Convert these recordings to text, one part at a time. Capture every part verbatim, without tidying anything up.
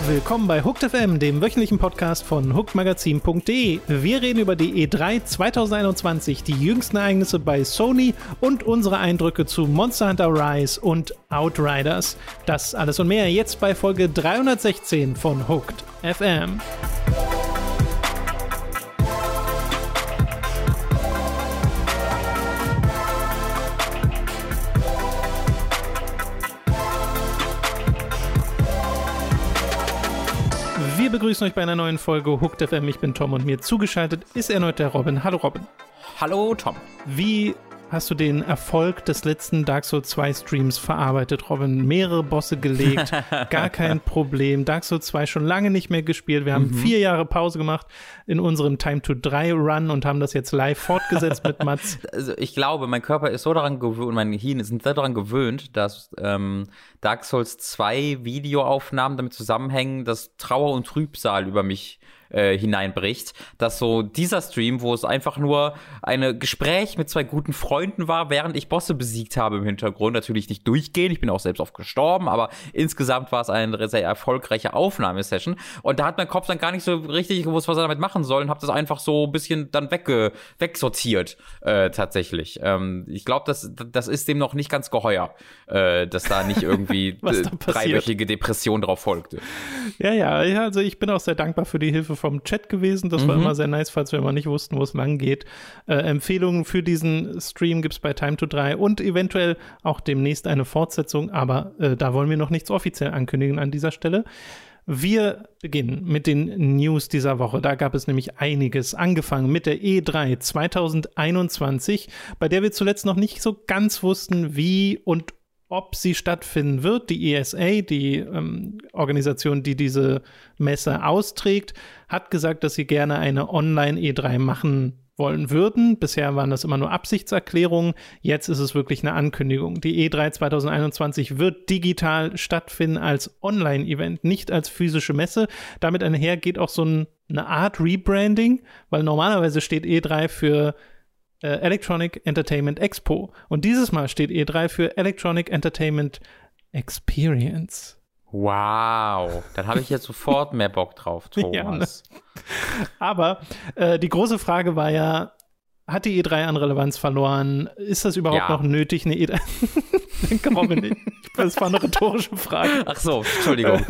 Willkommen bei Hooked F M, dem wöchentlichen Podcast von hooked magazin punkt de. Wir reden über die E drei zwanzig einundzwanzig, die jüngsten Ereignisse bei Sony und unsere Eindrücke zu Monster Hunter Rise und Outriders. Das alles und mehr jetzt bei Folge dreihundertsechzehn von Hooked F M. Wir begrüßen euch bei einer neuen Folge Hooked F M. Ich bin Tom und mir zugeschaltet ist erneut der Robin. Hallo Robin. Hallo Tom. Wie hast du den Erfolg des letzten Dark Souls zwei Streams verarbeitet, Robin? Mehrere Bosse gelegt, gar kein Problem. Dark Souls zwei schon lange nicht mehr gespielt. Wir haben mhm. vier Jahre Pause gemacht in unserem Time to drei Run und haben das jetzt live fortgesetzt mit Mats. Also ich glaube, mein Körper ist so daran gewöhnt, mein Gehirn ist so daran gewöhnt, dass ähm, Dark Souls zwei Videoaufnahmen damit zusammenhängen, dass Trauer und Trübsal über mich Äh, hineinbricht, dass so dieser Stream, wo es einfach nur ein Gespräch mit zwei guten Freunden war, während ich Bosse besiegt habe im Hintergrund, natürlich nicht durchgehend, ich bin auch selbst oft gestorben, aber insgesamt war es eine sehr erfolgreiche Aufnahmesession und da hat mein Kopf dann gar nicht so richtig gewusst, was er damit machen soll und hab das einfach so ein bisschen dann wegge- wegsortiert, äh, tatsächlich. Ähm, ich glaube, das, das ist dem noch nicht ganz geheuer, äh, dass da nicht irgendwie da dreiwöchige Depression drauf folgte. Ja, ja, ja, also ich bin auch sehr dankbar für die Hilfe vom Chat gewesen. Das mhm. war immer sehr nice, falls wir immer nicht wussten, wo es lang geht. Äh, Empfehlungen für diesen Stream gibt es bei Time to drei und eventuell auch demnächst eine Fortsetzung, aber äh, da wollen wir noch nichts offiziell ankündigen an dieser Stelle. Wir beginnen mit den News dieser Woche. Da gab es nämlich einiges, angefangen mit der E drei zwanzig einundzwanzig, bei der wir zuletzt noch nicht so ganz wussten, wie und ob sie stattfinden wird. Die E S A, die ähm, Organisation, die diese Messe austrägt, hat gesagt, dass sie gerne eine Online-E drei machen wollen würden. Bisher waren das immer nur Absichtserklärungen. Jetzt ist es wirklich eine Ankündigung. Die E drei zwanzig einundzwanzig wird digital stattfinden als Online-Event, nicht als physische Messe. Damit einher geht auch so ein, eine Art Rebranding, weil normalerweise steht E drei für Electronic Entertainment Expo. Und dieses Mal steht E drei für Electronic Entertainment Experience. Wow, dann habe ich jetzt sofort mehr Bock drauf, Thomas. Ja, ne? Aber äh, die große Frage war ja, hat die E drei an Relevanz verloren? Ist das überhaupt ja. noch nötig, eine E drei? Denke Robin nicht. Das war eine rhetorische Frage. Ach so, Entschuldigung.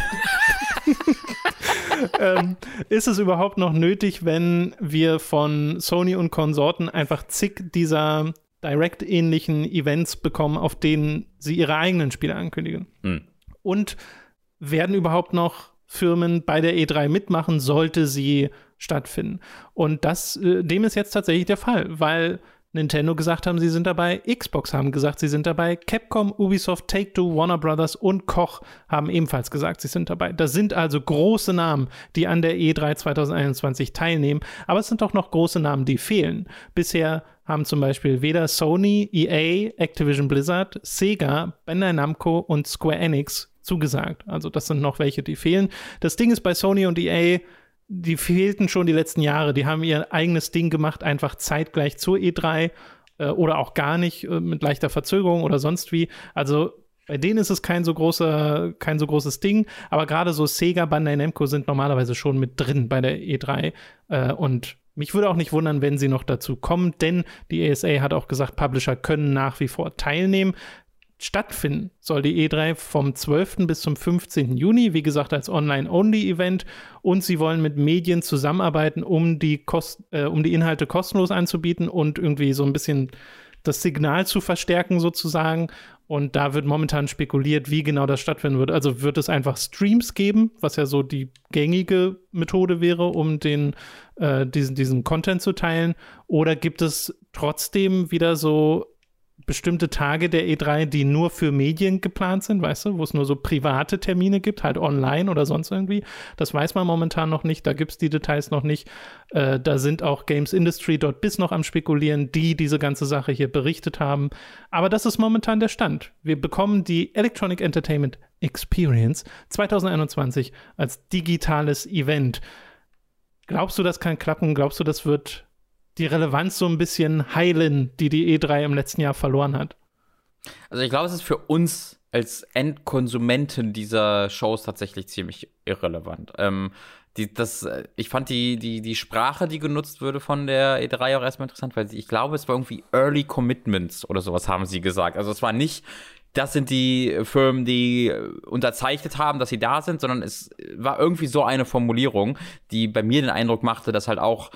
ähm, ist es überhaupt noch nötig, wenn wir von Sony und Konsorten einfach zig dieser Direct-ähnlichen Events bekommen, auf denen sie ihre eigenen Spiele ankündigen? Hm. Und werden überhaupt noch Firmen bei der E drei mitmachen, sollte sie stattfinden? Und das, äh, dem ist jetzt tatsächlich der Fall, weil Nintendo gesagt haben, sie sind dabei, Xbox haben gesagt, sie sind dabei, Capcom, Ubisoft, Take-Two, Warner Brothers und Koch haben ebenfalls gesagt, sie sind dabei. Das sind also große Namen, die an der E drei zwanzig einundzwanzig teilnehmen, aber es sind auch noch große Namen, die fehlen. Bisher haben zum Beispiel weder Sony, E A, Activision Blizzard, Sega, Bandai Namco und Square Enix zugesagt. Also das sind noch welche, die fehlen. Das Ding ist bei Sony und E A, die fehlten schon die letzten Jahre. Die haben ihr eigenes Ding gemacht, einfach zeitgleich zur E drei äh, oder auch gar nicht, äh, mit leichter Verzögerung oder sonst wie. Also bei denen ist es kein so großer, kein so großes Ding, aber gerade so Sega, Bandai Namco sind normalerweise schon mit drin bei der E drei äh, und mich würde auch nicht wundern, wenn sie noch dazu kommen, denn die E S A hat auch gesagt, Publisher können nach wie vor teilnehmen. Stattfinden soll die E drei vom zwölften bis zum fünfzehnten Juni, wie gesagt, als Online-Only-Event. Und sie wollen mit Medien zusammenarbeiten, um die, Kost- äh, um die Inhalte kostenlos anzubieten und irgendwie so ein bisschen das Signal zu verstärken sozusagen. Und da wird momentan spekuliert, wie genau das stattfinden wird. Also wird es einfach Streams geben, was ja so die gängige Methode wäre, um den, äh, diesen, diesen Content zu teilen. Oder gibt es trotzdem wieder so bestimmte Tage der E drei, die nur für Medien geplant sind, weißt du, wo es nur so private Termine gibt, halt online oder sonst irgendwie. Das weiß man momentan noch nicht, da gibt es die Details noch nicht. Äh, da sind auch Games Industry dort bis noch am Spekulieren, die diese ganze Sache hier berichtet haben. Aber das ist momentan der Stand. Wir bekommen die Electronic Entertainment Experience zwanzig einundzwanzig als digitales Event. Glaubst du, das kann klappen? Glaubst du, das wird die Relevanz so ein bisschen heilen, die die E drei im letzten Jahr verloren hat? Also ich glaube, es ist für uns als Endkonsumenten dieser Shows tatsächlich ziemlich irrelevant. Ähm, die, das, ich fand die, die, die Sprache, die genutzt wurde von der E drei auch erstmal interessant, weil sie, ich glaube, es war irgendwie Early Commitments oder sowas haben sie gesagt. Also es war nicht, das sind die Firmen, die unterzeichnet haben, dass sie da sind, sondern es war irgendwie so eine Formulierung, die bei mir den Eindruck machte, dass halt auch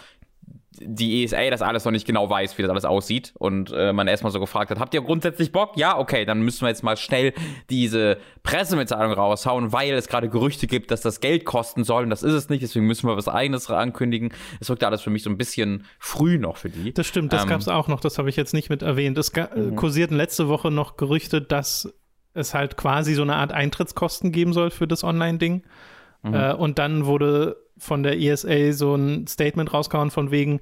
die E S A das alles noch nicht genau weiß, wie das alles aussieht und äh, man erstmal so gefragt hat, habt ihr grundsätzlich Bock? Ja, okay, dann müssen wir jetzt mal schnell diese Pressemitteilung raushauen, weil es gerade Gerüchte gibt, dass das Geld kosten soll und das ist es nicht, deswegen müssen wir was Eigenes ankündigen. Es wirkte alles für mich so ein bisschen früh noch für die. Das stimmt, das ähm, gab es auch noch, das habe ich jetzt nicht mit erwähnt. Es ga- mhm. kursierten letzte Woche noch Gerüchte, dass es halt quasi so eine Art Eintrittskosten geben soll für das Online-Ding. Mhm. Äh, und dann wurde von der E S A so ein Statement rausgehauen von wegen,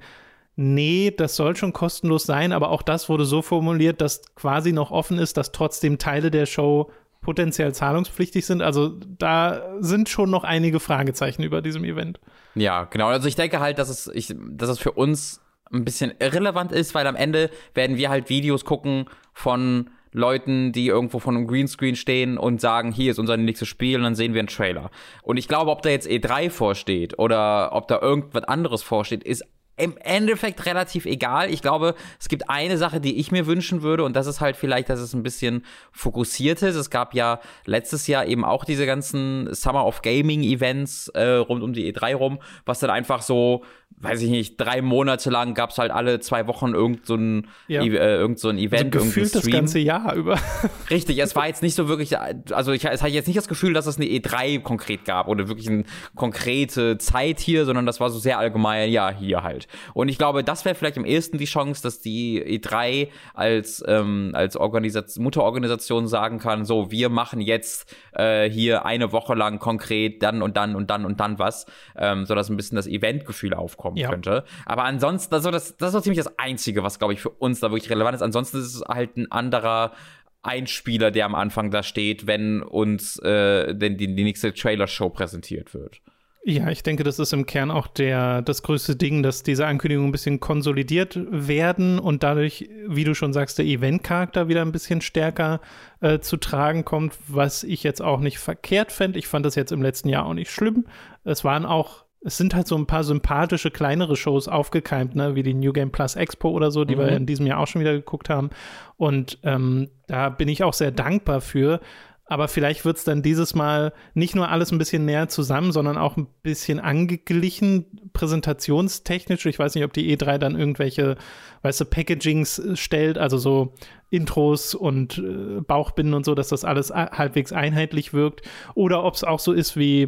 nee, das soll schon kostenlos sein, aber auch das wurde so formuliert, dass quasi noch offen ist, dass trotzdem Teile der Show potenziell zahlungspflichtig sind. Also da sind schon noch einige Fragezeichen über diesem Event. Ja, genau. Also ich denke halt, dass es, ich, dass es für uns ein bisschen irrelevant ist, weil am Ende werden wir halt Videos gucken von Leuten, die irgendwo von einem Greenscreen stehen und sagen, hier ist unser nächstes Spiel und dann sehen wir einen Trailer. Und ich glaube, ob da jetzt E drei vorsteht oder ob da irgendwas anderes vorsteht, ist im Endeffekt relativ egal. Ich glaube, es gibt eine Sache, die ich mir wünschen würde und das ist halt vielleicht, dass es ein bisschen fokussiert ist. Es gab ja letztes Jahr eben auch diese ganzen Summer of Gaming Events äh, rund um die E drei rum, was dann einfach so, weiß ich nicht, drei Monate lang gab es halt alle zwei Wochen irgend so ein, ja. e- äh, irgend so ein Event, also gefühlt das ganze Jahr über. Richtig, es war jetzt nicht so wirklich, also ich, es hatte jetzt nicht das Gefühl, dass es eine E drei konkret gab oder wirklich eine konkrete Zeit hier, sondern das war so sehr allgemein, ja, hier halt. Und ich glaube, das wäre vielleicht am ehesten die Chance, dass die E drei als, ähm, als Organisation, Mutterorganisation sagen kann, so, wir machen jetzt äh, hier eine Woche lang konkret dann und dann und dann und dann was, ähm, sodass ein bisschen das Eventgefühl aufkommt. Ja. Könnte. Aber ansonsten, also das, das ist so ziemlich das Einzige, was, glaube ich, für uns da wirklich relevant ist. Ansonsten ist es halt ein anderer Einspieler, der am Anfang da steht, wenn uns äh, denn die, die nächste Trailer-Show präsentiert wird. Ja, ich denke, das ist im Kern auch der, das größte Ding, dass diese Ankündigungen ein bisschen konsolidiert werden und dadurch, wie du schon sagst, der Event-Charakter wieder ein bisschen stärker äh, zu tragen kommt, was ich jetzt auch nicht verkehrt fände. Ich fand das jetzt im letzten Jahr auch nicht schlimm. Es waren auch Es sind halt so ein paar sympathische, kleinere Shows aufgekeimt, ne, wie die New Game Plus Expo oder so, die mhm. wir in diesem Jahr auch schon wieder geguckt haben. Und ähm, da bin ich auch sehr dankbar für. Aber vielleicht wird es dann dieses Mal nicht nur alles ein bisschen näher zusammen, sondern auch ein bisschen angeglichen, präsentationstechnisch. Ich weiß nicht, ob die E drei dann irgendwelche, weißt du, Packagings stellt, also so Intros und äh, Bauchbinden und so, dass das alles halbwegs einheitlich wirkt. Oder ob es auch so ist wie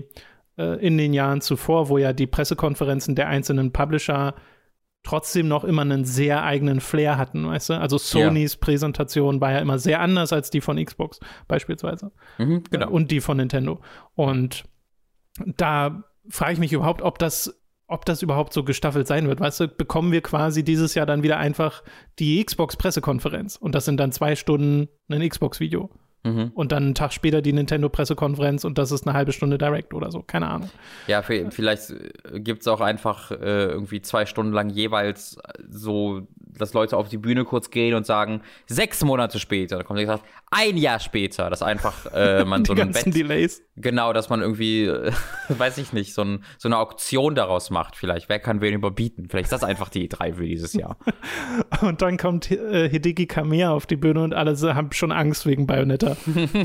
in den Jahren zuvor, wo ja die Pressekonferenzen der einzelnen Publisher trotzdem noch immer einen sehr eigenen Flair hatten, weißt du? Also Sonys ja. Präsentation war ja immer sehr anders als die von Xbox beispielsweise. Mhm, genau. Und die von Nintendo. Und da frage ich mich überhaupt, ob das, ob das überhaupt so gestaffelt sein wird. Weißt du, bekommen wir quasi dieses Jahr dann wieder einfach die Xbox-Pressekonferenz und das sind dann zwei Stunden ein Xbox-Video. Mhm. Und dann einen Tag später die Nintendo-Pressekonferenz und das ist eine halbe Stunde Direct oder so, keine Ahnung. Ja, vielleicht gibt es auch einfach äh, irgendwie zwei Stunden lang jeweils so, dass Leute auf die Bühne kurz gehen und sagen, sechs Monate später, da kommt gesagt, ein Jahr später, dass einfach äh, man die so ein ganzen Bett, Delays. Genau, dass man irgendwie, äh, weiß ich nicht, so, ein, so eine Auktion daraus macht vielleicht. Wer kann wen überbieten? Vielleicht ist das einfach die E drei für dieses Jahr. Und dann kommt äh, Hideki Kamiya auf die Bühne und alle haben schon Angst wegen Bayonetta.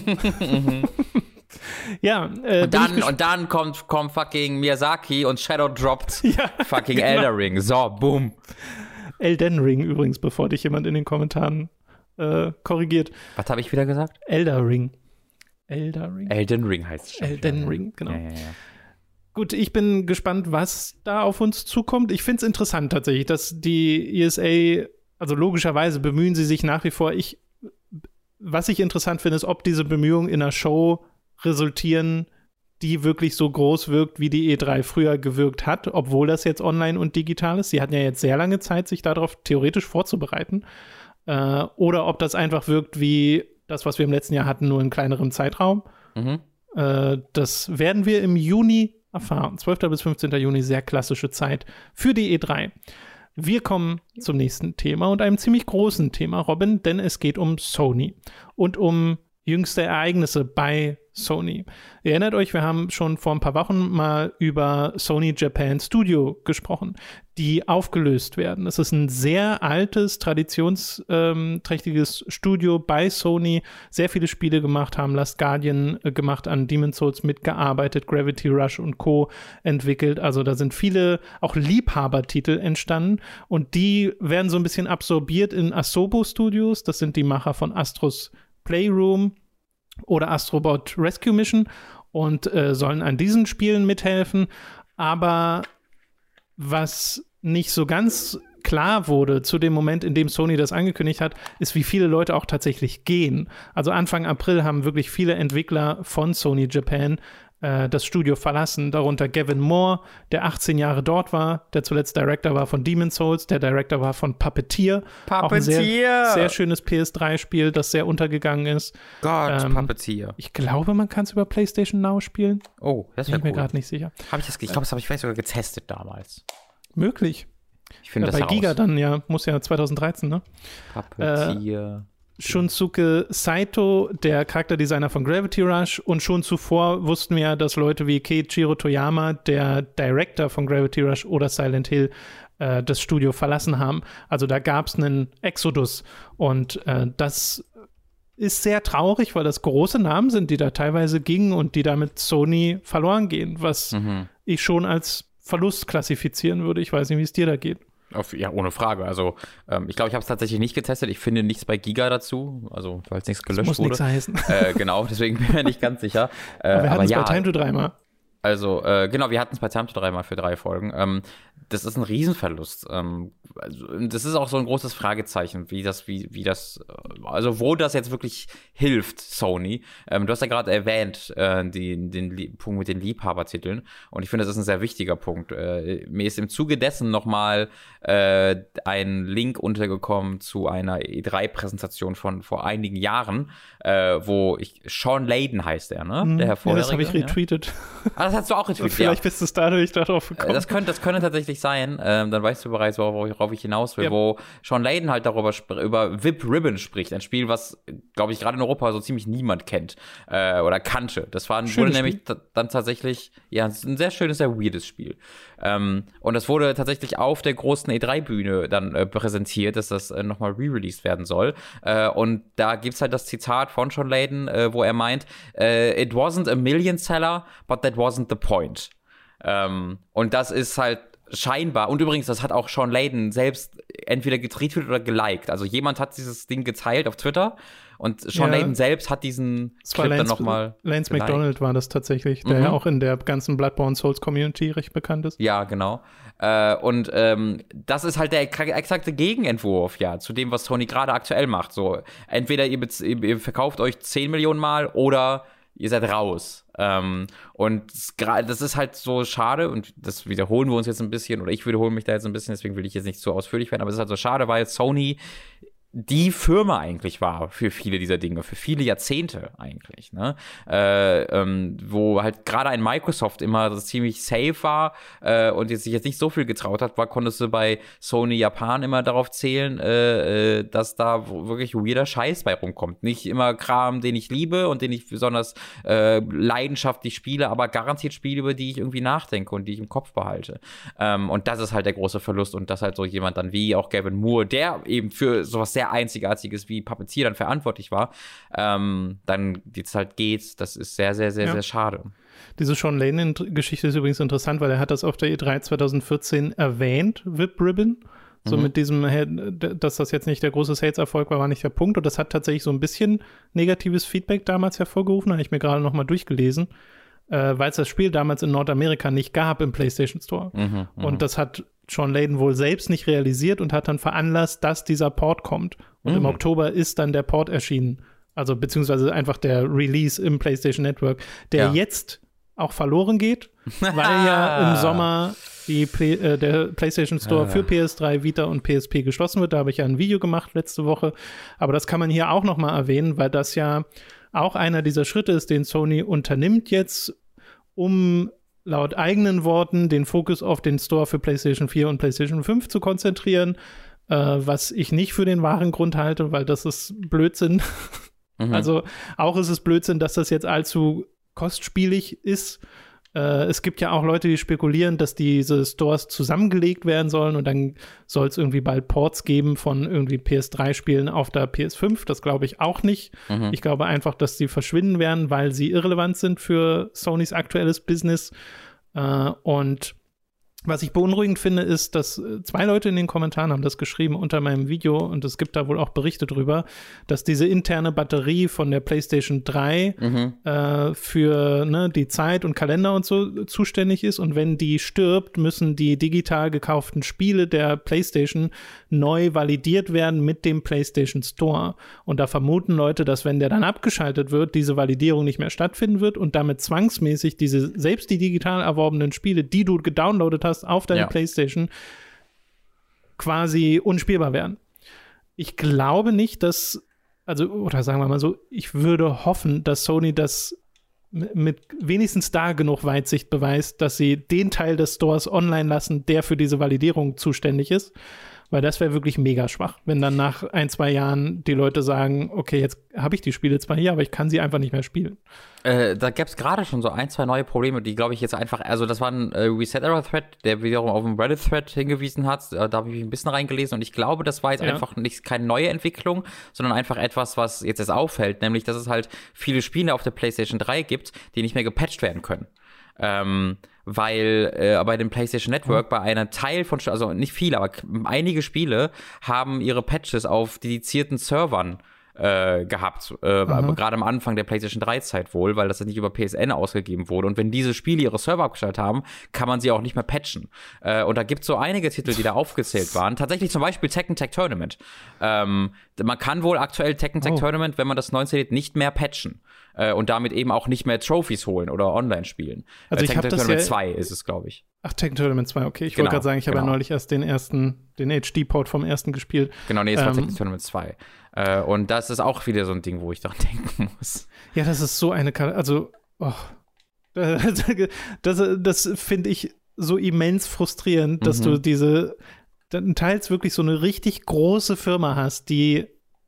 Ja, äh, und, dann, und dann kommt, kommt fucking Miyazaki und Shadow droppt ja, fucking genau. Elden Ring. So, boom. Elden Ring übrigens, bevor dich jemand in den Kommentaren äh, korrigiert. Was habe ich wieder gesagt? Elden Ring. Elden Ring. Elden Ring heißt es schon. Elden Ring, genau. Ja, ja, ja. Gut, ich bin gespannt, was da auf uns zukommt. Ich finde es interessant tatsächlich, dass die E S A, also logischerweise bemühen sie sich nach wie vor. Ich Was ich interessant finde, ist, ob diese Bemühungen in einer Show resultieren, die wirklich so groß wirkt, wie die E drei früher gewirkt hat, obwohl das jetzt online und digital ist. Sie hatten ja jetzt sehr lange Zeit, sich darauf theoretisch vorzubereiten. Äh, oder ob das einfach wirkt wie das, was wir im letzten Jahr hatten, nur in kleinerem Zeitraum. Mhm. Äh, das werden wir im Juni erfahren. zwölften bis fünfzehnten Juni, sehr klassische Zeit für die E drei. Wir kommen zum nächsten Thema und einem ziemlich großen Thema, Robin, denn es geht um Sony und um jüngste Ereignisse bei Sony. Ihr erinnert euch, wir haben schon vor ein paar Wochen mal über Sony Japan Studio gesprochen, die aufgelöst werden. Es ist ein sehr altes, traditionsträchtiges Studio bei Sony, sehr viele Spiele gemacht haben, Last Guardian äh, gemacht, an Demon's Souls mitgearbeitet, Gravity Rush und Co. entwickelt. Also da sind viele auch Liebhabertitel entstanden und die werden so ein bisschen absorbiert in Asobo Studios. Das sind die Macher von Astros Playroom oder Astrobot Rescue Mission und äh, sollen an diesen Spielen mithelfen. Aber was nicht so ganz klar wurde zu dem Moment, in dem Sony das angekündigt hat, ist, wie viele Leute auch tatsächlich gehen. Also Anfang April haben wirklich viele Entwickler von Sony Japan äh, das Studio verlassen, darunter Gavin Moore, der achtzehn Jahre dort war, der zuletzt Director war von Demon's Souls, der Director war von Puppeteer. Puppeteer! Auch ein sehr, sehr schönes P S drei Spiel, das sehr untergegangen ist. Gott, ähm, Puppeteer. Ich glaube, man kann es über PlayStation Now spielen. Oh, das wäre cool. Bin ich mir gerade nicht sicher. Hab ich das, ich glaube, das habe ich vielleicht sogar getestet damals. Möglich. Ich finde ja, das bei Giga raus. dann, ja, muss ja zwanzig dreizehn, ne? Puppeteer. Äh, Shunsuke Saito, der Charakterdesigner von Gravity Rush, und schon zuvor wussten wir ja, dass Leute wie Keiichiro Toyama, der Director von Gravity Rush oder Silent Hill, äh, das Studio verlassen haben. Also da gab es einen Exodus und äh, das ist sehr traurig, weil das große Namen sind, die da teilweise gingen und die damit Sony verloren gehen, was Mhm. ich schon als Verlust klassifizieren würde. Ich weiß nicht, wie es dir da geht. Auf, ja, ohne Frage. Also, ähm, ich glaube, ich habe es tatsächlich nicht getestet. Ich finde nichts bei Giga dazu, also weil es nichts gelöscht muss wurde. Muss nichts heißen. Äh, genau, deswegen bin ich mir nicht ganz sicher. Äh, aber wir hatten es ja, bei Time to dreimal. Also, äh, genau, wir hatten es bei Time to dreimal für drei Folgen. Ähm, das ist ein Riesenverlust. Ähm, also, das ist auch so ein großes Fragezeichen, wie das, wie, wie das, also wo das jetzt wirklich hilft, Sony. Ähm, du hast ja gerade erwähnt, äh, die, den Lie- Punkt mit den Liebhabertiteln. Und ich finde, das ist ein sehr wichtiger Punkt. Äh, mir ist im Zuge dessen nochmal äh, ein Link untergekommen zu einer E drei Präsentation von vor einigen Jahren, äh, wo ich, Sean Layden heißt er, ne? Der Ja, das habe ich ja? retweetet. Ah, das hast du auch retweetet, Vielleicht ja. bist du es dadurch darauf gekommen. Das könnte, das könnte tatsächlich sein. Ähm, dann weißt du bereits, worauf, worauf ich hinaus will. Ja. Wo Sean Layden halt darüber sp- über V I P Ribbon spricht. Ein Spiel, was, glaube ich, gerade in Europa so ziemlich niemand kennt äh, oder kannte. Das war, wurde nämlich t- dann tatsächlich, ja, ein sehr schönes, sehr weirdes Spiel. Ähm, und das wurde tatsächlich auf der großen E drei Bühne dann äh, präsentiert, dass das äh, nochmal re-released werden soll. Äh, und da gibt's halt das Zitat von Sean Layden, äh, wo er meint, äh, it wasn't a million seller, but that wasn't the point. Ähm, und das ist halt scheinbar, und übrigens, das hat auch Sean Layden selbst entweder getweetet oder geliked. Also jemand hat dieses Ding geteilt auf Twitter und Sean Ja. Layden selbst hat diesen Es war Clip dann Lance, nochmal Lance geliked. McDonald war das tatsächlich, der Mhm. ja auch in der ganzen Bloodborne Souls Community recht bekannt ist. Ja, genau. Äh, und ähm, das ist halt der ek- exakte Gegenentwurf, ja, zu dem, was Sony gerade aktuell macht. So, entweder ihr, bez- ihr ihr verkauft euch zehn Millionen Mal oder ihr seid raus. Ähm, und das, gra- das ist halt so schade, und das wiederholen wir uns jetzt ein bisschen, oder ich wiederhole mich da jetzt ein bisschen, deswegen will ich jetzt nicht zu ausführlich werden, aber es ist halt so schade, weil Sony die Firma eigentlich war für viele dieser Dinge, für viele Jahrzehnte eigentlich, ne? Äh, ähm, wo halt gerade ein Microsoft immer so ziemlich safe war äh, und jetzt sich jetzt nicht so viel getraut hat, war, konntest du bei Sony Japan immer darauf zählen, äh, äh, dass da wirklich weirder Scheiß bei rumkommt. Nicht immer Kram, den ich liebe und den ich besonders äh, leidenschaftlich spiele, aber garantiert Spiele, über die ich irgendwie nachdenke und die ich im Kopf behalte. Ähm, und das ist halt der große Verlust, und dass halt so jemand dann wie auch Gavin Moore, der eben für sowas sehr Einzigartiges wie Puppeteer dann verantwortlich war, ähm, dann jetzt halt geht, das ist sehr, sehr, sehr, ja. sehr schade. Diese Sean Layden-Geschichte ist übrigens interessant, weil er hat das auf der E drei zwanzig vierzehn erwähnt, V I P Ribbon. So mhm. mit diesem, dass das jetzt nicht der große Sales-Erfolg war, war nicht der Punkt. Und das hat tatsächlich so ein bisschen negatives Feedback damals hervorgerufen, habe ich mir gerade noch mal durchgelesen, äh, weil es das Spiel damals in Nordamerika nicht gab im PlayStation Store. Mhm, und das hat Sean Layden wohl selbst nicht realisiert und hat dann veranlasst, dass dieser Port kommt. Und mhm. im Oktober ist dann der Port erschienen. Also beziehungsweise einfach der Release im PlayStation Network, der ja. jetzt auch verloren geht, weil ja im Sommer die Play, äh, der PlayStation Store für P S drei, Vita und P S P geschlossen wird. Da habe ich ja ein Video gemacht letzte Woche. Aber das kann man hier auch noch mal erwähnen, weil das ja auch einer dieser Schritte ist, den Sony unternimmt jetzt, um laut eigenen Worten den Fokus auf den Store für PlayStation vier und PlayStation fünf zu konzentrieren, äh, was ich nicht für den wahren Grund halte, weil das ist Blödsinn. Mhm. Also auch ist es Blödsinn, dass das jetzt allzu kostspielig ist. Äh, es gibt ja auch Leute, die spekulieren, dass diese Stores zusammengelegt werden sollen und dann soll es irgendwie bald Ports geben von irgendwie P S drei Spielen auf der P S fünf. Das glaube ich auch nicht. Mhm. Ich glaube einfach, dass sie verschwinden werden, weil sie irrelevant sind für Sonys aktuelles Business. Äh, und was ich beunruhigend finde, ist, dass zwei Leute in den Kommentaren haben das geschrieben unter meinem Video und es gibt da wohl auch Berichte drüber, dass diese interne Batterie von der PlayStation drei mhm. äh, für ne, die Zeit und Kalender und so zuständig ist und wenn die stirbt, müssen die digital gekauften Spiele der PlayStation neu validiert werden mit dem PlayStation Store. Und da vermuten Leute, dass wenn der dann abgeschaltet wird, diese Validierung nicht mehr stattfinden wird und damit zwangsmäßig diese, selbst die digital erworbenen Spiele, die du gedownloadet hast, auf deine ja. PlayStation quasi unspielbar werden. Ich glaube nicht, dass, also, oder sagen wir mal so, ich würde hoffen, dass Sony das mit wenigstens da genug Weitsicht beweist, dass sie den Teil des Stores online lassen, der für diese Validierung zuständig ist. Weil das wäre wirklich mega schwach, wenn dann nach ein, zwei Jahren die Leute sagen, okay, jetzt habe ich die Spiele zwar hier, aber ich kann sie einfach nicht mehr spielen. Äh, da gäbe es gerade schon so ein, zwei neue Probleme, die, glaube ich, jetzt einfach, also das war ein äh, Reset-Error-Thread, der wiederum auf einen Reddit-Thread hingewiesen hat, da, da habe ich mich ein bisschen reingelesen und ich glaube, das war jetzt ja. einfach nicht keine neue Entwicklung, sondern einfach etwas, was jetzt erst auffällt, nämlich, dass es halt viele Spiele auf der PlayStation drei gibt, die nicht mehr gepatcht werden können. Ähm, weil äh, bei dem PlayStation Network bei einem Teil von, also nicht viele, aber einige Spiele haben ihre Patches auf dedizierten Servern äh, gehabt, äh, gerade am Anfang der PlayStation drei Zeit wohl, weil das nicht über P S N ausgegeben wurde und wenn diese Spiele ihre Server abgeschaltet haben, kann man sie auch nicht mehr patchen. Äh, und da gibt es so einige Titel, die da aufgezählt waren, tatsächlich zum Beispiel Tekken Tag Tournament. Ähm, man kann wohl aktuell Tekken Tag oh. Tournament, wenn man das neu installiert, nicht mehr patchen. Äh, und damit eben auch nicht mehr Trophies holen oder online spielen. Also äh, ich Tekken Tag Tournament ja zwei ist es, glaube ich. Ach, Tekken Tournament zwei, okay. Ich genau, wollte gerade sagen, ich genau. habe ja neulich erst den ersten, den H D-Port vom ersten gespielt. Genau, nee, es war ähm, Tekken Tournament zwei. Äh, und das ist auch wieder so ein Ding, wo ich daran denken muss. Ja, das ist so eine, also, oh, das, das, das finde ich so immens frustrierend, dass mhm. du diese, teils wirklich so eine richtig große Firma hast, die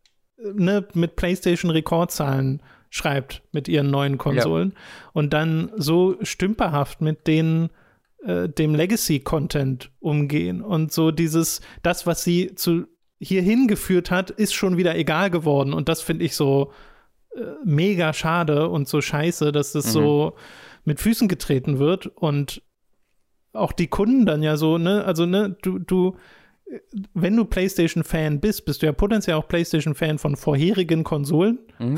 ne, mit PlayStation-Rekordzahlen schreibt mit ihren neuen Konsolen ja. und dann so stümperhaft mit den äh, dem Legacy-Content umgehen und so dieses, das, was sie zu hierhin geführt hat, ist schon wieder egal geworden und das finde ich so äh, mega schade und so scheiße, dass das mhm. so mit Füßen getreten wird und auch die Kunden dann ja so, ne, also ne, du, du wenn du PlayStation-Fan bist, bist du ja potenziell auch PlayStation-Fan von vorherigen Konsolen. Mhm.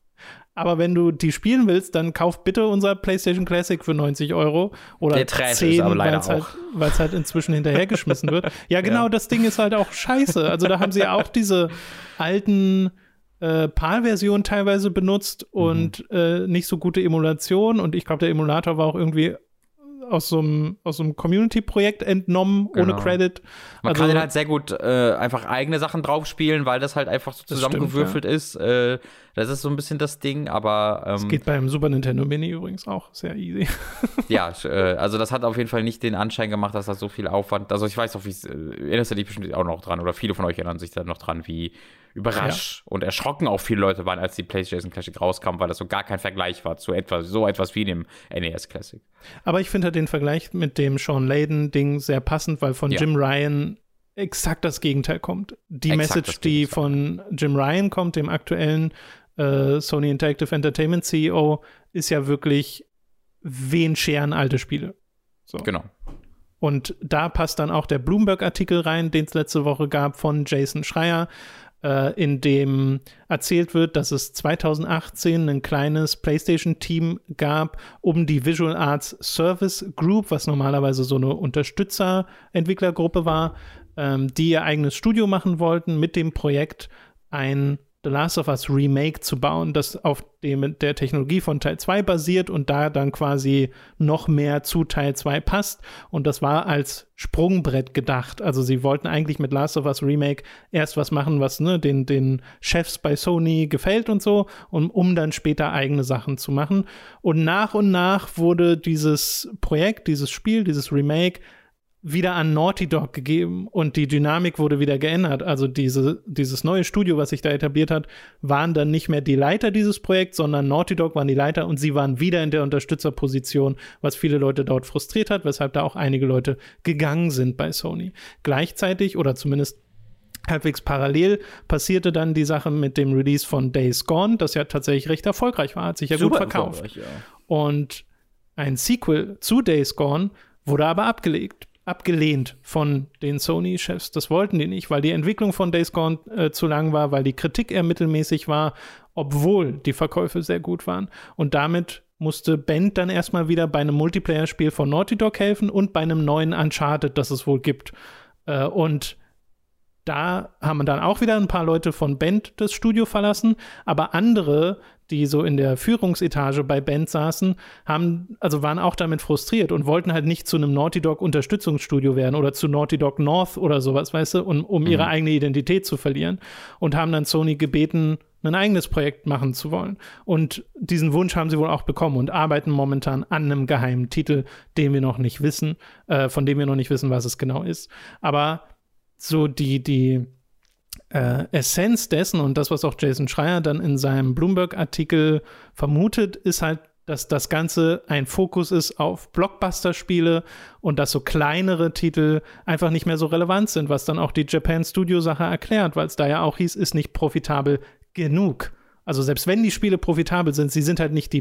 Aber wenn du die spielen willst, dann kauf bitte unser PlayStation Classic für neunzig Euro oder zehn, weil es halt, weil's halt inzwischen hinterhergeschmissen wird. Ja, genau, ja. Das Ding ist halt auch scheiße. Also da haben sie ja auch diese alten äh, PAL-Versionen teilweise benutzt und mhm. äh, nicht so gute Emulation. Und ich glaube, der Emulator war auch irgendwie aus so einem aus so einem Community-Projekt entnommen, genau. ohne Credit. Man also, kann dann halt sehr gut äh, einfach eigene Sachen drauf spielen, weil das halt einfach so zusammengewürfelt ja. ist. Äh, das ist so ein bisschen das Ding, aber ähm, das geht beim Super Nintendo Mini übrigens auch sehr easy. Ja, äh, also das hat auf jeden Fall nicht den Anschein gemacht, dass das so viel Aufwand, also ich weiß auch, wie es, äh, erinnerst du dich bestimmt auch noch dran, oder viele von euch erinnern sich da noch dran, wie überrascht ja. und erschrocken auch viele Leute waren, als die PlayStation Classic rauskam, weil das so gar kein Vergleich war zu etwas, so etwas wie dem N E S Classic. Aber ich finde halt den Vergleich mit dem Sean Layden-Ding sehr passend, weil von ja. Jim Ryan exakt das Gegenteil kommt. Die exakt Message, die von Jim Ryan kommt, dem aktuellen äh, Sony Interactive Entertainment C E O, ist ja wirklich, wen scheren alte Spiele. So. Genau. Und da passt dann auch der Bloomberg-Artikel rein, den es letzte Woche gab von Jason Schreier, in dem erzählt wird, dass es zwanzig achtzehn ein kleines PlayStation-Team gab um die Visual Arts Service Group, was normalerweise so eine Unterstützer-Entwicklergruppe war, ähm, die ihr eigenes Studio machen wollten, mit dem Projekt ein The Last of Us Remake zu bauen, das auf dem, der Technologie von Teil zwei basiert und da dann quasi noch mehr zu Teil zwei passt. Und das war als Sprungbrett gedacht. Also sie wollten eigentlich mit Last of Us Remake erst was machen, was ne, den, den Chefs bei Sony gefällt und so, und, um dann später eigene Sachen zu machen. Und nach und nach wurde dieses Projekt, dieses Spiel, dieses Remake wieder an Naughty Dog gegeben und die Dynamik wurde wieder geändert. Also diese, dieses neue Studio, was sich da etabliert hat, waren dann nicht mehr die Leiter dieses Projekts, sondern Naughty Dog waren die Leiter und sie waren wieder in der Unterstützerposition, was viele Leute dort frustriert hat, weshalb da auch einige Leute gegangen sind bei Sony. Gleichzeitig oder zumindest halbwegs parallel passierte dann die Sache mit dem Release von Days Gone, das ja tatsächlich recht erfolgreich war, hat sich ja Super gut verkauft. Ja. Und ein Sequel zu Days Gone wurde aber abgelegt. abgelehnt von den Sony-Chefs. Das wollten die nicht, weil die Entwicklung von Days Gone äh, zu lang war, weil die Kritik eher mittelmäßig war, obwohl die Verkäufe sehr gut waren. Und damit musste Bend dann erstmal wieder bei einem Multiplayer-Spiel von Naughty Dog helfen und bei einem neuen Uncharted, das es wohl gibt. Äh, und da haben dann auch wieder ein paar Leute von Bend das Studio verlassen, aber andere, die so in der Führungsetage bei Bend saßen, haben, also waren auch damit frustriert und wollten halt nicht zu einem Naughty Dog Unterstützungsstudio werden oder zu Naughty Dog North oder sowas, weißt du, um, um ihre mhm. eigene Identität zu verlieren und haben dann Sony gebeten, ein eigenes Projekt machen zu wollen. Und diesen Wunsch haben sie wohl auch bekommen und arbeiten momentan an einem geheimen Titel, den wir noch nicht wissen, äh, von dem wir noch nicht wissen, was es genau ist. Aber so die, die äh, Essenz dessen und das, was auch Jason Schreier dann in seinem Bloomberg-Artikel vermutet, ist halt, dass das Ganze ein Fokus ist auf Blockbuster-Spiele und dass so kleinere Titel einfach nicht mehr so relevant sind, was dann auch die Japan Studio-Sache erklärt, weil es da ja auch hieß, ist nicht profitabel genug. Also selbst wenn die Spiele profitabel sind, sie sind halt nicht die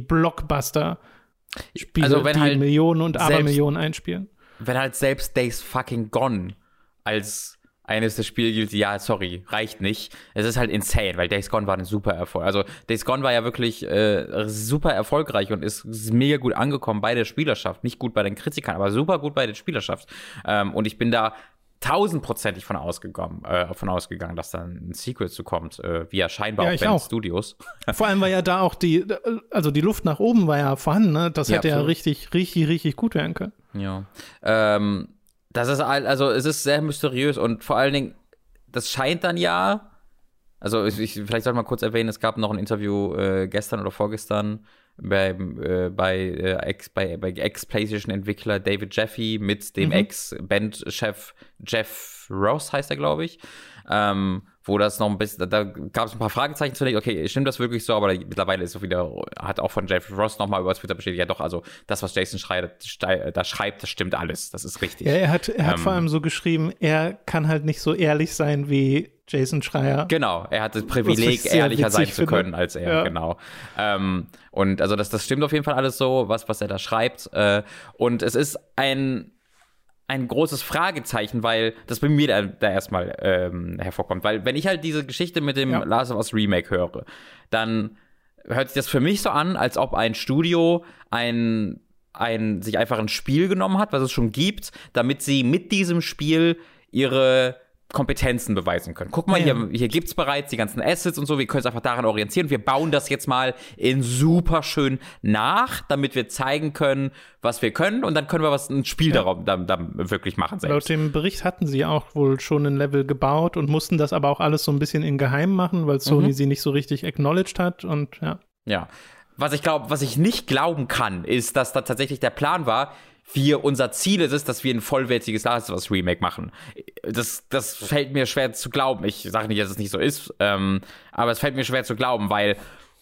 Blockbuster-Spiele, also wenn die halt Millionen und selbst, Abermillionen einspielen. Wenn halt selbst Days fucking Gone als eines der Spiele gilt, ja, sorry, reicht nicht. Es ist halt insane, weil Days Gone war ein super Erfolg. Also Days Gone war ja wirklich äh, super erfolgreich und ist, ist mega gut angekommen bei der Spielerschaft. Nicht gut bei den Kritikern, aber super gut bei der Spielerschaft. Ähm, und ich bin da tausendprozentig von ausgegangen, äh, von ausgegangen, dass dann ein Sequel zu kommt, äh, wie ja scheinbar ja, auch Bend Studios. Vor allem war ja da auch die, also die Luft nach oben war ja vorhanden, ne? Das hätte ja, ja richtig, richtig, richtig gut werden können. Ja. Ähm, Das ist, also es ist sehr mysteriös und vor allen Dingen, das scheint dann ja, also ich, vielleicht sollte man kurz erwähnen, es gab noch ein Interview äh, gestern oder vorgestern bei, äh, bei, äh, Ex, bei, bei Ex-PlayStation-Entwickler David Jaffe mit dem mhm. Ex-Band-Chef Jeff Ross, heißt er, glaube ich, ähm, wo das noch ein bisschen, da gab es ein paar Fragezeichen zu, okay, stimmt das wirklich so, aber mittlerweile ist es wieder, hat auch von Jeff Ross nochmal über Twitter bestätigt, ja doch, also das, was Jason schreibt, da schreibt, das stimmt alles, das ist richtig. Ja, er hat, er hat ähm, vor allem so geschrieben, er kann halt nicht so ehrlich sein wie Jason Schreier. Genau, er hat das Privileg, ehrlicher sein zu können finde. als er, ja. genau. Ähm, und also das, das stimmt auf jeden Fall alles so, was, was er da schreibt. Äh, und es ist ein ein großes Fragezeichen, weil das bei mir da, da erstmal ähm, hervorkommt. Weil wenn ich halt diese Geschichte mit dem ja. Last of Us Remake höre, dann hört sich das für mich so an, als ob ein Studio ein, ein, sich einfach ein Spiel genommen hat, was es schon gibt, damit sie mit diesem Spiel ihre Kompetenzen beweisen können. Guck mal, ja. hier, hier gibt es bereits die ganzen Assets und so, wir können uns einfach daran orientieren. Wir bauen das jetzt mal in super schön nach, damit wir zeigen können, was wir können und dann können wir was ein Spiel ja. darauf dann, dann wirklich machen selbst. Laut dem Bericht hatten sie auch wohl schon ein Level gebaut und mussten das aber auch alles so ein bisschen in Geheim machen, weil Sony mhm. sie nicht so richtig acknowledged hat und ja. Ja. Was ich glaube, was ich nicht glauben kann, ist, dass da tatsächlich der Plan war, wir, unser Ziel ist es, dass wir ein vollwertiges Last of Us Remake machen. Das, das fällt mir schwer zu glauben. Ich sage nicht, dass es nicht so ist, ähm, aber es fällt mir schwer zu glauben, weil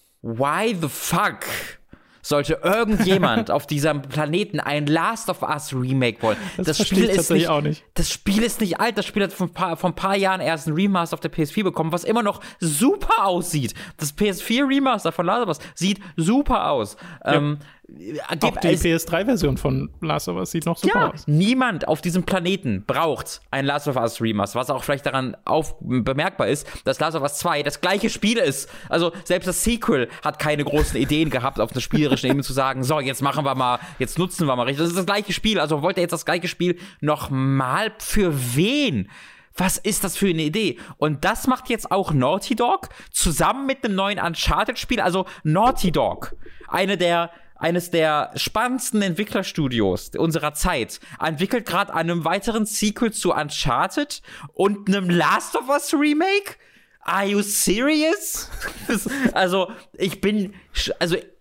why the fuck sollte irgendjemand auf diesem Planeten ein Last of Us Remake wollen? Das, das Spiel ist nicht, auch nicht. Das Spiel ist nicht alt. Das Spiel hat vor ein paar, vor ein paar Jahren erst ein Remaster auf der P S vier bekommen, was immer noch super aussieht. Das P S vier Remaster von Last of Us sieht super aus. Ja. Ähm, Auch die P S drei Version von Last of Us sieht noch super ja, aus. Niemand auf diesem Planeten braucht ein Last of Us Remaster, was auch vielleicht daran auf, bemerkbar ist, dass Last of Us zwei das gleiche Spiel ist. Also selbst das Sequel hat keine großen Ideen gehabt, auf einer spielerischen Ebene zu sagen, so, jetzt machen wir mal, jetzt nutzen wir mal richtig. Das ist das gleiche Spiel, also wollt ihr jetzt das gleiche Spiel nochmal für wen? Was ist das für eine Idee? Und das macht jetzt auch Naughty Dog zusammen mit einem neuen Uncharted-Spiel. Also Naughty Dog, eine der eines der spannendsten Entwicklerstudios unserer Zeit, entwickelt gerade an einem weiteren Sequel zu Uncharted und einem Last of Us Remake? Are you serious? Das, also, ich bin, also,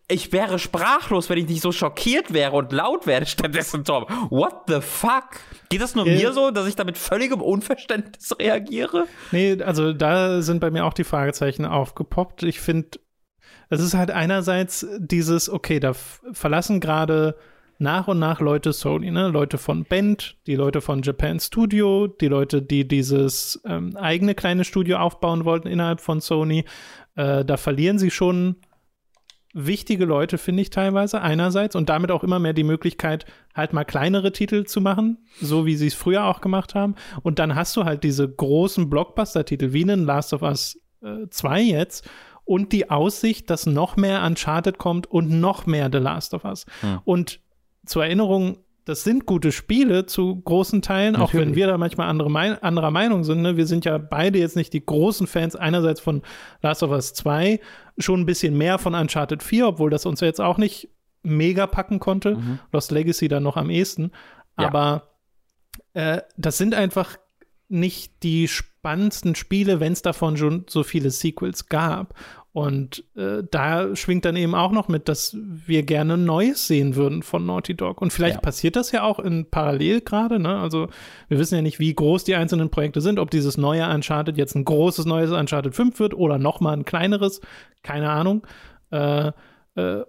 ich wäre sprachlos, wenn ich nicht so schockiert wäre und laut werde stattdessen, Tom. What the fuck? Geht das nur äh, mir so, dass ich da mit völligem Unverständnis reagiere? Nee, also da sind bei mir auch die Fragezeichen aufgepoppt. Ich finde, es ist halt einerseits dieses, okay, da f- verlassen gerade nach und nach Leute Sony, ne? Leute von Bend, die Leute von Japan Studio, die Leute, die dieses ähm, eigene kleine Studio aufbauen wollten innerhalb von Sony. Äh, da verlieren sie schon wichtige Leute, finde ich teilweise, einerseits und damit auch immer mehr die Möglichkeit, halt mal kleinere Titel zu machen, so wie sie es früher auch gemacht haben. Und dann hast du halt diese großen Blockbuster-Titel wie einen Last of Us äh, zwei jetzt und die Aussicht, dass noch mehr Uncharted kommt und noch mehr The Last of Us. Hm. Und zur Erinnerung, das sind gute Spiele zu großen Teilen, Natürlich. Auch wenn wir da manchmal andere Mein- anderer Meinung sind. Ne? Wir sind ja beide jetzt nicht die großen Fans einerseits von Last of Us zwei, schon ein bisschen mehr von Uncharted vier, obwohl das uns jetzt auch nicht mega packen konnte. Mhm. Lost Legacy dann noch am ehesten. Ja. Aber äh, das sind einfach nicht die spannendsten Spiele, wenn es davon schon so viele Sequels gab. Und äh, da schwingt dann eben auch noch mit, dass wir gerne Neues sehen würden von Naughty Dog. Und vielleicht ja. passiert das ja auch in parallel gerade, ne? Also wir wissen ja nicht, wie groß die einzelnen Projekte sind, ob dieses neue Uncharted jetzt ein großes neues Uncharted fünf wird oder noch mal ein kleineres, keine Ahnung. Äh, äh,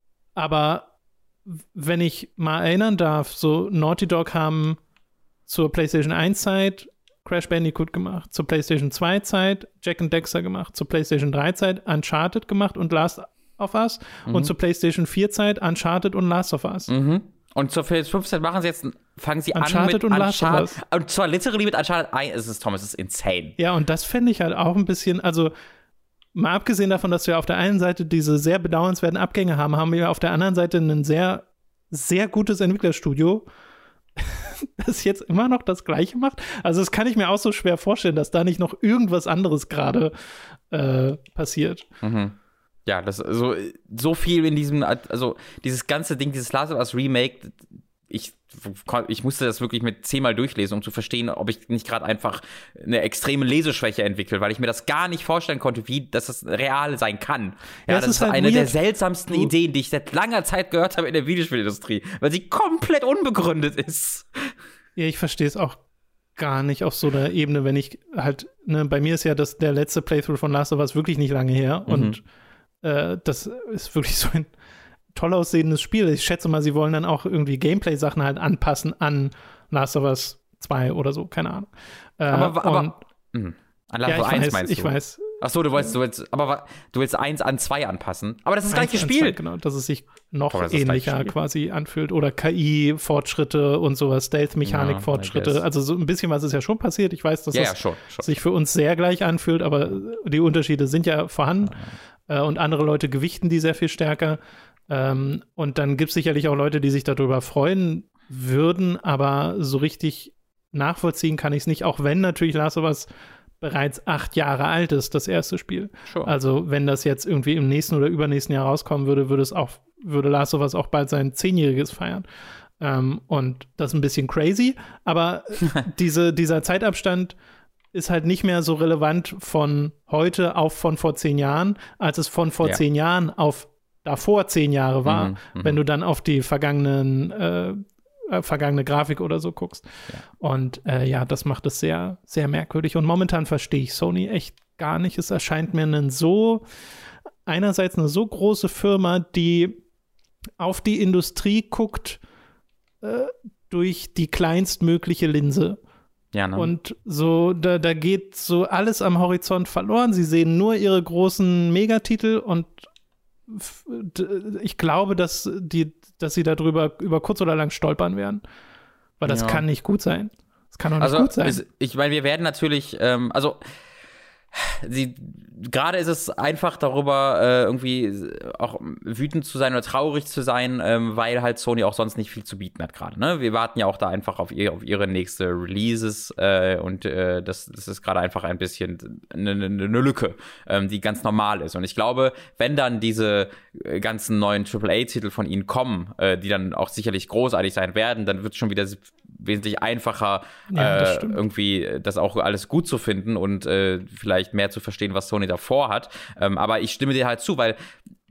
aber wenn ich mal erinnern darf, so Naughty Dog haben zur PlayStation eins Zeit Crash Bandicoot gemacht, zur PlayStation zwei Zeit Jack and Dexter gemacht, zur PlayStation drei Zeit Uncharted gemacht und Last of Us mhm. und zur PlayStation vier Zeit Uncharted und Last of Us. Mhm. Und zur PlayStation fünf Zeit machen sie jetzt, fangen sie Uncharted an mit und Uncharted. Last of Us. Und zwar literally mit Uncharted eins. Es ist, Tom, es ist insane. Ja, und das fände ich halt auch ein bisschen, also mal abgesehen davon, dass wir auf der einen Seite diese sehr bedauernswerten Abgänge haben, haben wir auf der anderen Seite ein sehr, sehr gutes Entwicklerstudio, das jetzt immer noch das Gleiche macht. Also das kann ich mir auch so schwer vorstellen, dass da nicht noch irgendwas anderes gerade äh, passiert. Mhm. Ja, das so, so viel in diesem, also dieses ganze Ding, dieses Last of Us Remake, ich, ich musste das wirklich mit zehnmal durchlesen, um zu verstehen, ob ich nicht gerade einfach eine extreme Leseschwäche entwickle, weil ich mir das gar nicht vorstellen konnte, wie dass das real sein kann. Ja, ja das ist, ist halt eine weird. der seltsamsten du Ideen, die ich seit langer Zeit gehört habe in der Videospielindustrie, weil sie komplett unbegründet ist. Ja, ich verstehe es auch gar nicht auf so einer Ebene, wenn ich halt, ne, bei mir ist ja das, der letzte Playthrough von Last of Us wirklich nicht lange her mhm. und äh, das ist wirklich so ein toll aussehendes Spiel. Ich schätze mal, sie wollen dann auch irgendwie Gameplay-Sachen halt anpassen an Last of Us zwei oder so, keine Ahnung. Äh, aber aber mh, an Last of Us eins meinst du? Ich weiß. Ach so, du willst, du willst, aber du willst eins an zwei anpassen. Aber das ist das gleiche Spiel. zwei, genau, dass es sich noch oh, ähnlicher quasi anfühlt. Oder K I-Fortschritte und sowas, Stealth-Mechanik-Fortschritte. Ja, also so ein bisschen was ist ja schon passiert. Ich weiß, dass ja, das ja, schon, schon. sich für uns sehr gleich anfühlt, aber die Unterschiede sind ja vorhanden. Ja. Äh, und andere Leute gewichten die sehr viel stärker. Ähm, und dann gibt es sicherlich auch Leute, die sich darüber freuen würden, aber so richtig nachvollziehen kann ich es nicht, auch wenn natürlich Last of Us bereits acht Jahre alt ist, das erste Spiel. Sure. Also wenn das jetzt irgendwie im nächsten oder übernächsten Jahr rauskommen würde, würde es auch, würde Last of Us auch bald sein Zehnjähriges feiern. Ähm, und das ist ein bisschen crazy, aber diese, dieser Zeitabstand ist halt nicht mehr so relevant von heute auf von vor zehn Jahren, als es von vor ja. zehn Jahren auf davor zehn Jahre war, mhm, wenn du dann auf die vergangenen äh, äh, vergangene Grafik oder so guckst. Ja. Und äh, ja, das macht es sehr, sehr merkwürdig. Und momentan verstehe ich Sony echt gar nicht. Es erscheint mir ein so, einerseits eine so große Firma, die auf die Industrie guckt äh, durch die kleinstmögliche Linse. Ja, ne? Und so, da, da geht so alles am Horizont verloren. Sie sehen nur ihre großen Megatitel und ich glaube, dass, die, dass sie darüber über kurz oder lang stolpern werden. Weil das ja. kann nicht gut sein. Das kann doch nicht also, gut sein. Ist, ich meine, wir werden natürlich, ähm, also sie, gerade ist es einfach darüber, äh, irgendwie auch wütend zu sein oder traurig zu sein, ähm, weil halt Sony auch sonst nicht viel zu bieten hat gerade. Ne? Wir warten ja auch da einfach auf, ihr, auf ihre nächste Releases äh, und äh, das, das ist gerade einfach ein bisschen eine, eine Lücke, ähm, die ganz normal ist. Und ich glaube, wenn dann diese ganzen neuen Triple A-Titel von ihnen kommen, äh, die dann auch sicherlich großartig sein werden, dann wird es schon wieder wesentlich einfacher, ja, das äh, irgendwie das auch alles gut zu finden und äh, vielleicht mehr zu verstehen, was Sony davor hat. Ähm, aber ich stimme dir halt zu, weil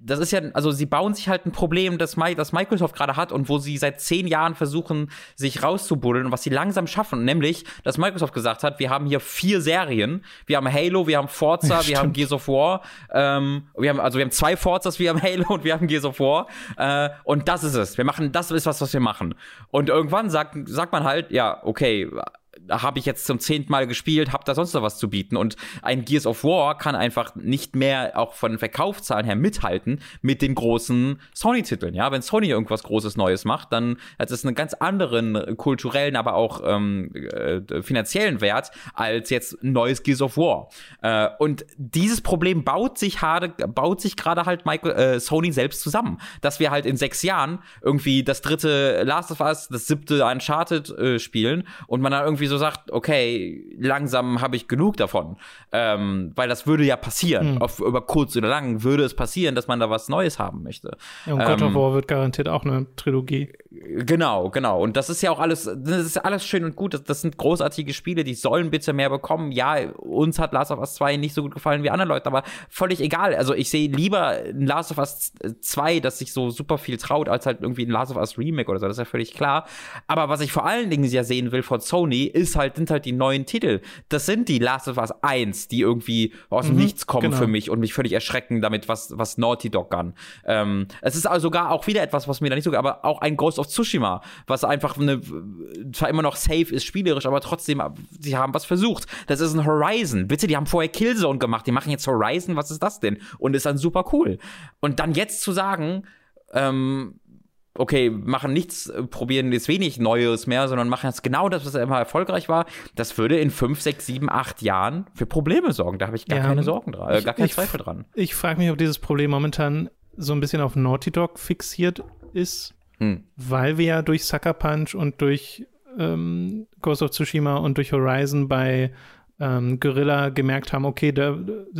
das ist ja, also sie bauen sich halt ein Problem, das, Mi- das Microsoft gerade hat und wo sie seit zehn Jahren versuchen, sich rauszubuddeln und was sie langsam schaffen, nämlich, dass Microsoft gesagt hat, wir haben hier vier Serien, wir haben Halo, wir haben Forza, Ja, wir haben Gears of War, ähm, wir haben, also wir haben zwei Forzas, wir haben Halo und wir haben Gears of War, äh, und das ist es, wir machen, das ist was, was wir machen. Und irgendwann sagt, sagt man halt, ja, okay, habe ich jetzt zum zehnten Mal gespielt, hab da sonst noch was zu bieten. Und ein Gears of War kann einfach nicht mehr auch von den Verkaufszahlen her mithalten mit den großen Sony-Titeln. Ja, wenn Sony irgendwas Großes Neues macht, dann hat es einen ganz anderen kulturellen, aber auch ähm, äh, finanziellen Wert als jetzt ein neues Gears of War. Äh, und dieses Problem baut sich gerade, baut sich gerade halt Michael, äh, Sony selbst zusammen. Dass wir halt in sechs Jahren irgendwie das dritte Last of Us, das siebte Uncharted äh, spielen und man dann irgendwie so sagt, okay, langsam habe ich genug davon. Ähm, weil das würde ja passieren. Mhm. Auf, über kurz oder lang würde es passieren, dass man da was Neues haben möchte. Ja, und ähm, God of War wird garantiert auch eine Trilogie. Genau, genau. Und das ist ja auch alles, das ist alles schön und gut. Das, das sind großartige Spiele, die sollen bitte mehr bekommen. Ja, uns hat Last of Us zwei nicht so gut gefallen wie anderen Leuten, aber völlig egal. Also ich sehe lieber ein Last of Us zwei, das sich so super viel traut, als halt irgendwie ein Last of Us Remake oder so. Das ist ja völlig klar. Aber was ich vor allen Dingen ja sehen will von Sony, ist halt, sind halt die neuen Titel. Das sind die Last of Us eins, die irgendwie aus dem mhm, Nichts kommen genau. für mich und mich völlig erschrecken damit, was, was Naughty Dog kann. Ähm, es ist also sogar auch wieder etwas, was mir da nicht so, aber auch ein Ghost of Tsushima, was einfach eine, zwar immer noch safe ist, spielerisch, aber trotzdem, sie haben was versucht. Das ist ein Horizon. Bitte, die haben vorher Killzone gemacht, die machen jetzt Horizon, was ist das denn? Und ist dann super cool. Und dann jetzt zu sagen, ähm, okay, machen nichts, probieren jetzt wenig Neues mehr, sondern machen jetzt genau das, was immer erfolgreich war, das würde in fünf, sechs, sieben, acht Jahren für Probleme sorgen. Da habe ich gar ja, keine Sorgen dran, äh, gar keine Zweifel dran. Ich frage mich, ob dieses Problem momentan so ein bisschen auf Naughty Dog fixiert ist, hm. weil wir ja durch Sucker Punch und durch ähm, Ghost of Tsushima und durch Horizon bei ähm, Guerrilla gemerkt haben, okay, da,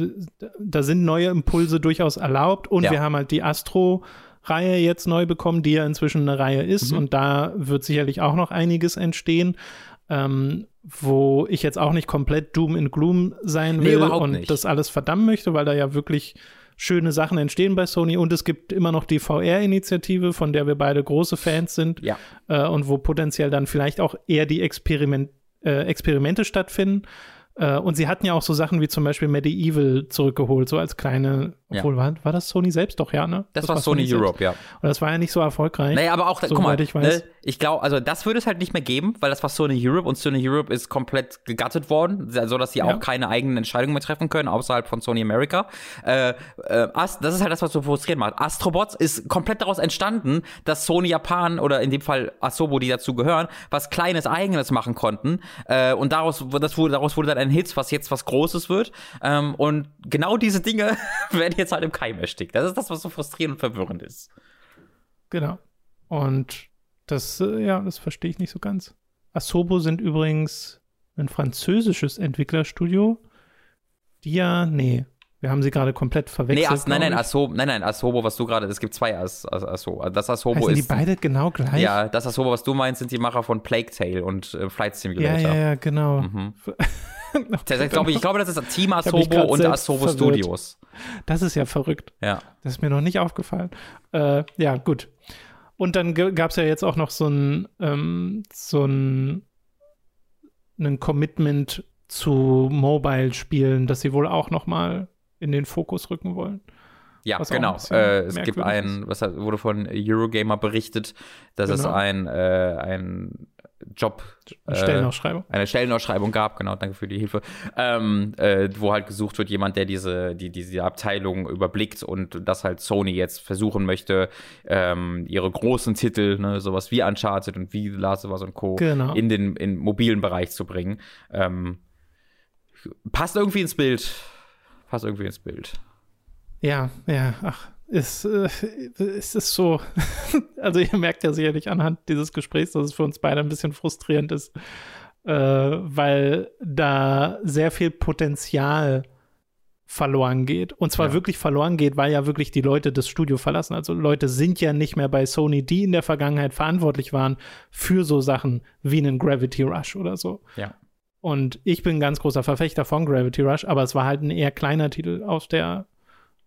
da sind neue Impulse durchaus erlaubt und ja. wir haben halt die Astro Reihe jetzt neu bekommen, die ja inzwischen eine Reihe ist mhm. und da wird sicherlich auch noch einiges entstehen, ähm, wo ich jetzt auch nicht komplett Doom and Gloom sein will nee, und nicht. Das alles verdammen möchte, weil da ja wirklich schöne Sachen entstehen bei Sony und es gibt immer noch die V R-Initiative, von der wir beide große Fans sind ja. äh, und wo potenziell dann vielleicht auch eher die Experiment, äh, Experimente stattfinden. Uh, und sie hatten ja auch so Sachen wie zum Beispiel Medieval zurückgeholt, so als kleine, obwohl, ja. war, war das Sony selbst doch, ja, ne? Das, das war Sony, Sony Europe, ja. Und das war ja nicht so erfolgreich. Naja, aber auch, so guck mal, ich, ne, ich glaube, also das würde es halt nicht mehr geben, weil das war Sony Europe und Sony Europe ist komplett gegattet worden, so dass sie ja. auch keine eigenen Entscheidungen mehr treffen können, außerhalb von Sony America. Äh, äh, das ist halt das, was so frustrierend macht. Astrobots ist komplett daraus entstanden, dass Sony Japan oder in dem Fall Asobo, die dazu gehören, was Kleines Eigenes machen konnten. Äh, und daraus, das wurde, daraus wurde dann ein Hit, was jetzt was Großes wird. Ähm, und genau diese Dinge werden jetzt halt im Keim erstickt. Das ist das, was so frustrierend und verwirrend ist. Genau. Und das, äh, ja, das verstehe ich nicht so ganz. Asobo sind übrigens ein französisches Entwicklerstudio, die ja, nee, wir haben sie gerade komplett verwechselt. Nee, As, nein, nein, Asobo, nein, nein, Asobo, was du gerade, es gibt zwei As, As, Asobo. Das Asobo heißen ist. die beide genau gleich? Ja, das Asobo, was du meinst, sind die Macher von Plague Tale und äh, Flight Simulator. Ja, ja, ja, genau. Mhm. Das heißt, glaube ich, ich glaube, das ist Team Asobo und Asobo verwirrt. Studios. Das ist ja verrückt. Ja. Das ist mir noch nicht aufgefallen. Äh, ja, gut. Und dann g- gab es ja jetzt auch noch so ein, ähm, so ein, ein Commitment zu Mobile-Spielen, das sie wohl auch noch mal in den Fokus rücken wollen. Ja, genau. Äh, es gibt ein, was wurde von Eurogamer berichtet, dass genau. es ein, äh, ein Job, eine Stellenausschreibung. Äh, eine Stellenausschreibung gab, genau, danke für die Hilfe, ähm, äh, wo halt gesucht wird, jemand, der diese, die, diese Abteilung überblickt und das halt Sony jetzt versuchen möchte, ähm, ihre großen Titel, ne, sowas wie Uncharted und wie Last of Us und Co. Genau. in den in mobilen Bereich zu bringen. Ähm, passt irgendwie ins Bild. Passt irgendwie ins Bild. Ja, ja, ach, ist, äh, ist es so, also ihr merkt ja sicherlich anhand dieses Gesprächs, dass es für uns beide ein bisschen frustrierend ist, äh, weil da sehr viel Potenzial verloren geht. Und zwar ja. wirklich verloren geht, weil ja wirklich die Leute das Studio verlassen. Also Leute sind ja nicht mehr bei Sony, die in der Vergangenheit verantwortlich waren für so Sachen wie einen Gravity Rush oder so. Ja. Und ich bin ein ganz großer Verfechter von Gravity Rush, aber es war halt ein eher kleiner Titel aus der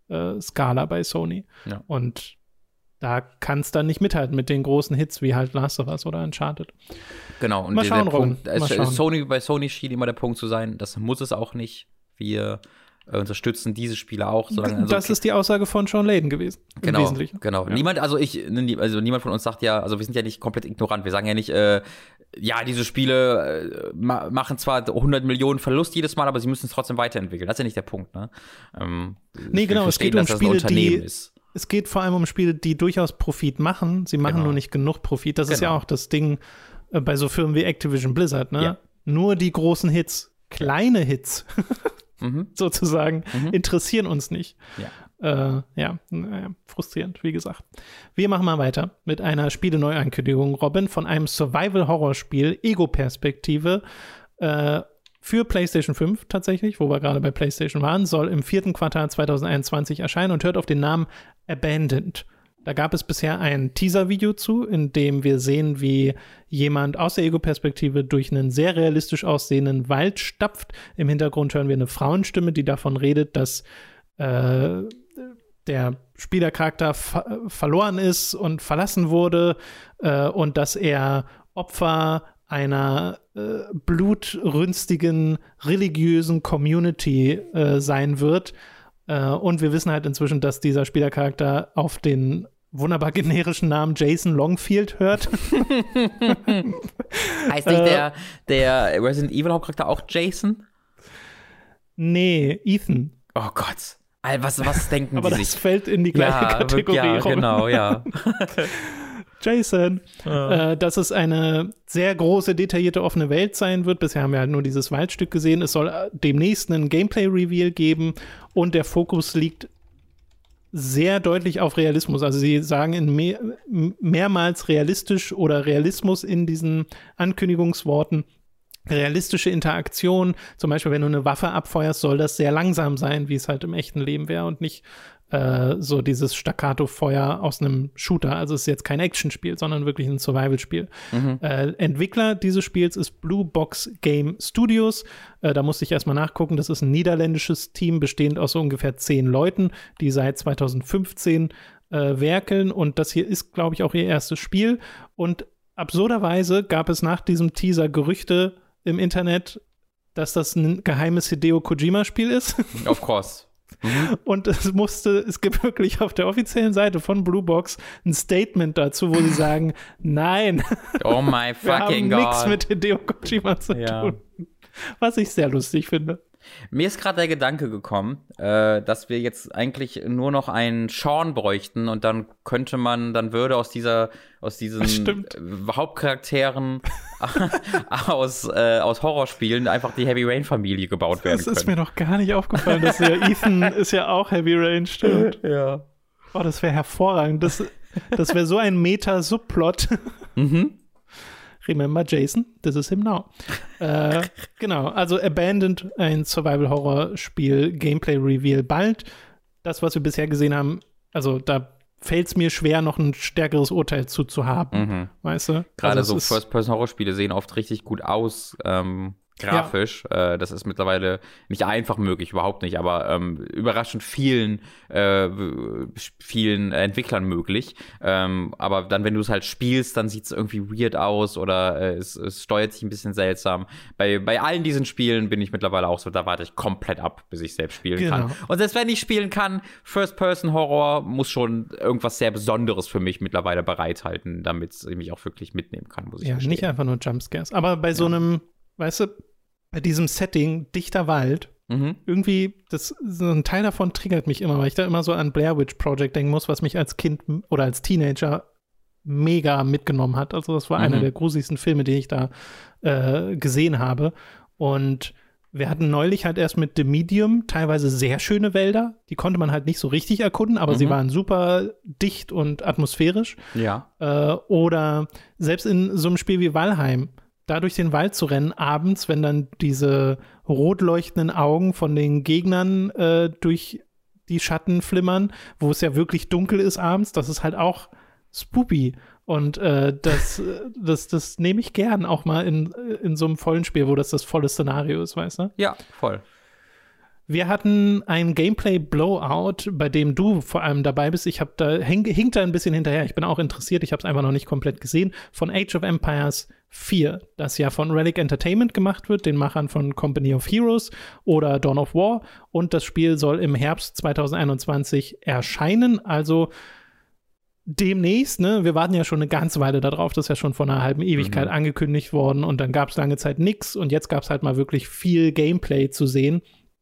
äh, Skala bei Sony. Ja. Und da kann es dann nicht mithalten mit den großen Hits wie halt Last of Us oder Uncharted. Genau. Und Mal der, schauen, der Robin. Punkt, Mal schauen. Sony, bei Sony schien immer der Punkt zu sein, das muss es auch nicht. Wir äh, unterstützen diese Spiele auch. Solange, also, das ist die Aussage von Sean Layden gewesen. Im Genau, Wesentlichen. genau. Ja. Niemand, also ich, also niemand von uns sagt ja, also wir sind ja nicht komplett ignorant. Wir sagen ja nicht, äh, ja, diese Spiele äh, ma- machen zwar hundert Millionen Verlust jedes Mal, aber sie müssen es trotzdem weiterentwickeln. Das ist ja nicht der Punkt, ne? Ähm, nee, genau, es geht um Spiele, die, ist. es geht vor allem um Spiele, die durchaus Profit machen. Sie machen Genau. nur nicht genug Profit. Das genau. ist ja auch das Ding äh, bei so Firmen wie Activision Blizzard, ne? Ja. Nur die großen Hits, kleine Hits Mhm. sozusagen, Mhm. interessieren uns nicht. Ja. Äh, ja, naja, frustrierend, wie gesagt. Wir machen mal weiter mit einer Spiele-Neuankündigung, Robin, von einem Survival-Horror-Spiel, Ego-Perspektive, äh, für PlayStation fünf tatsächlich, wo wir gerade bei PlayStation waren, soll im vierten Quartal zwanzig einundzwanzig erscheinen und hört auf den Namen Abandoned. Da gab es bisher ein Teaser-Video zu, in dem wir sehen, wie jemand aus der Ego-Perspektive durch einen sehr realistisch aussehenden Wald stapft. Im Hintergrund hören wir eine Frauenstimme, die davon redet, dass äh, der Spielercharakter ver- verloren ist und verlassen wurde äh, und dass er Opfer einer äh, blutrünstigen religiösen Community äh, sein wird. Äh, und wir wissen halt inzwischen, dass dieser Spielercharakter auf den wunderbar generischen Namen Jason Longfield hört. Heißt nicht der, der Resident Evil Hauptcharakter auch Jason? Nee, Ethan. Oh Gott. Alter, was, was denken Aber die das sich? fällt in die gleiche Ja, Kategorie. ja, Robin. genau, ja. Jason. Ja. Äh, dass es eine sehr große, detaillierte, offene Welt sein wird. Bisher haben wir halt nur dieses Waldstück gesehen. Es soll äh, demnächst einen Gameplay-Reveal geben und der Fokus liegt sehr deutlich auf Realismus. Also sie sagen in mehr, mehrmals realistisch oder Realismus in diesen Ankündigungsworten. Realistische Interaktion, zum Beispiel, wenn du eine Waffe abfeuerst, soll das sehr langsam sein, wie es halt im echten Leben wäre und nicht äh, so dieses Staccato-Feuer aus einem Shooter. Also es ist jetzt kein Actionspiel, sondern wirklich ein Survival-Spiel. Mhm. Äh, Entwickler dieses Spiels ist Blue Box Game Studios. Äh, da musste ich erstmal nachgucken. Das ist ein niederländisches Team, bestehend aus so ungefähr zehn Leuten, die seit zwanzig fünfzehn äh, werkeln. Und das hier ist, glaube ich, auch ihr erstes Spiel. Und absurderweise gab es nach diesem Teaser Gerüchte im Internet, dass das ein geheimes Hideo Kojima-Spiel ist. Of course. Mhm. Und es musste, es gibt wirklich auf der offiziellen Seite von Blue Box ein Statement dazu, wo sie sagen, nein, Oh my wir haben fucking nichts God. mit Hideo Kojima zu Ja. tun. Was ich sehr lustig finde. Mir ist gerade der Gedanke gekommen, äh, dass wir jetzt eigentlich nur noch einen Sean bräuchten und dann könnte man, dann würde aus dieser, aus diesen Stimmt. äh, Hauptcharakteren aus, äh, aus Horrorspielen einfach die Heavy Rain Familie gebaut werden Das können. ist mir noch gar nicht aufgefallen, dass ja Ethan ist ja auch Heavy Rain, stimmt. Ja. Oh, das wäre hervorragend. Das, das wäre so ein Meta-Subplot. Mhm. Remember Jason, this is him now. äh, genau, also Abandoned, ein Survival-Horror-Spiel, Gameplay-Reveal bald. Das, was wir bisher gesehen haben, also da fällt es mir schwer, noch ein stärkeres Urteil zu, zu haben, Mhm. weißt du? Gerade also so es ist- First-Person-Horror-Spiele sehen oft richtig gut aus, ähm, grafisch. Äh, das ist mittlerweile nicht einfach möglich, überhaupt nicht, aber ähm, überraschend vielen, äh, vielen Entwicklern möglich. Ähm, aber dann, wenn du es halt spielst, dann sieht es irgendwie weird aus oder äh, es, es steuert sich ein bisschen seltsam. Bei, bei allen diesen Spielen bin ich mittlerweile auch so, da warte ich komplett ab, bis ich selbst spielen Genau. kann. Und selbst wenn ich spielen kann, First-Person-Horror muss schon irgendwas sehr Besonderes für mich mittlerweile bereithalten, damit es mich auch wirklich mitnehmen kann, muss ich Ja, gestehen. nicht einfach nur Jumpscares. Aber bei so einem, weißt du, bei diesem Setting, dichter Wald, Mhm. irgendwie, das, so ein Teil davon triggert mich immer, weil ich da immer so an Blair Witch Project denken muss, was mich als Kind oder als Teenager mega mitgenommen hat. Also das war Mhm. einer der gruseligsten Filme, die ich da äh, gesehen habe. Und wir hatten neulich halt erst mit The Medium teilweise sehr schöne Wälder. Die konnte man halt nicht so richtig erkunden, aber Mhm. sie waren super dicht und atmosphärisch. Ja. Äh, oder selbst in so einem Spiel wie Valheim, da durch den Wald zu rennen, abends, wenn dann diese rot leuchtenden Augen von den Gegnern äh, durch die Schatten flimmern, wo es ja wirklich dunkel ist abends, das ist halt auch spoopy. Und äh, das, äh, das, das nehme ich gern auch mal in, in so einem vollen Spiel, wo das das volle Szenario ist, weißt du? Ja, voll. Wir hatten ein Gameplay-Blowout, bei dem du vor allem dabei bist. Ich habe da hink, hink da ein bisschen hinterher. Ich bin auch interessiert. Ich habe es einfach noch nicht komplett gesehen. Von Age of Empires vier, das ja von Relic Entertainment gemacht wird, den Machern von Company of Heroes oder Dawn of War. Und das Spiel soll im Herbst zwanzig einundzwanzig erscheinen. Also demnächst, ne? Wir warten ja schon eine ganze Weile darauf. Das ist ja schon vor einer halben Ewigkeit mhm. angekündigt worden. Und dann gab es lange Zeit nichts. Und jetzt gab es halt mal wirklich viel Gameplay zu sehen.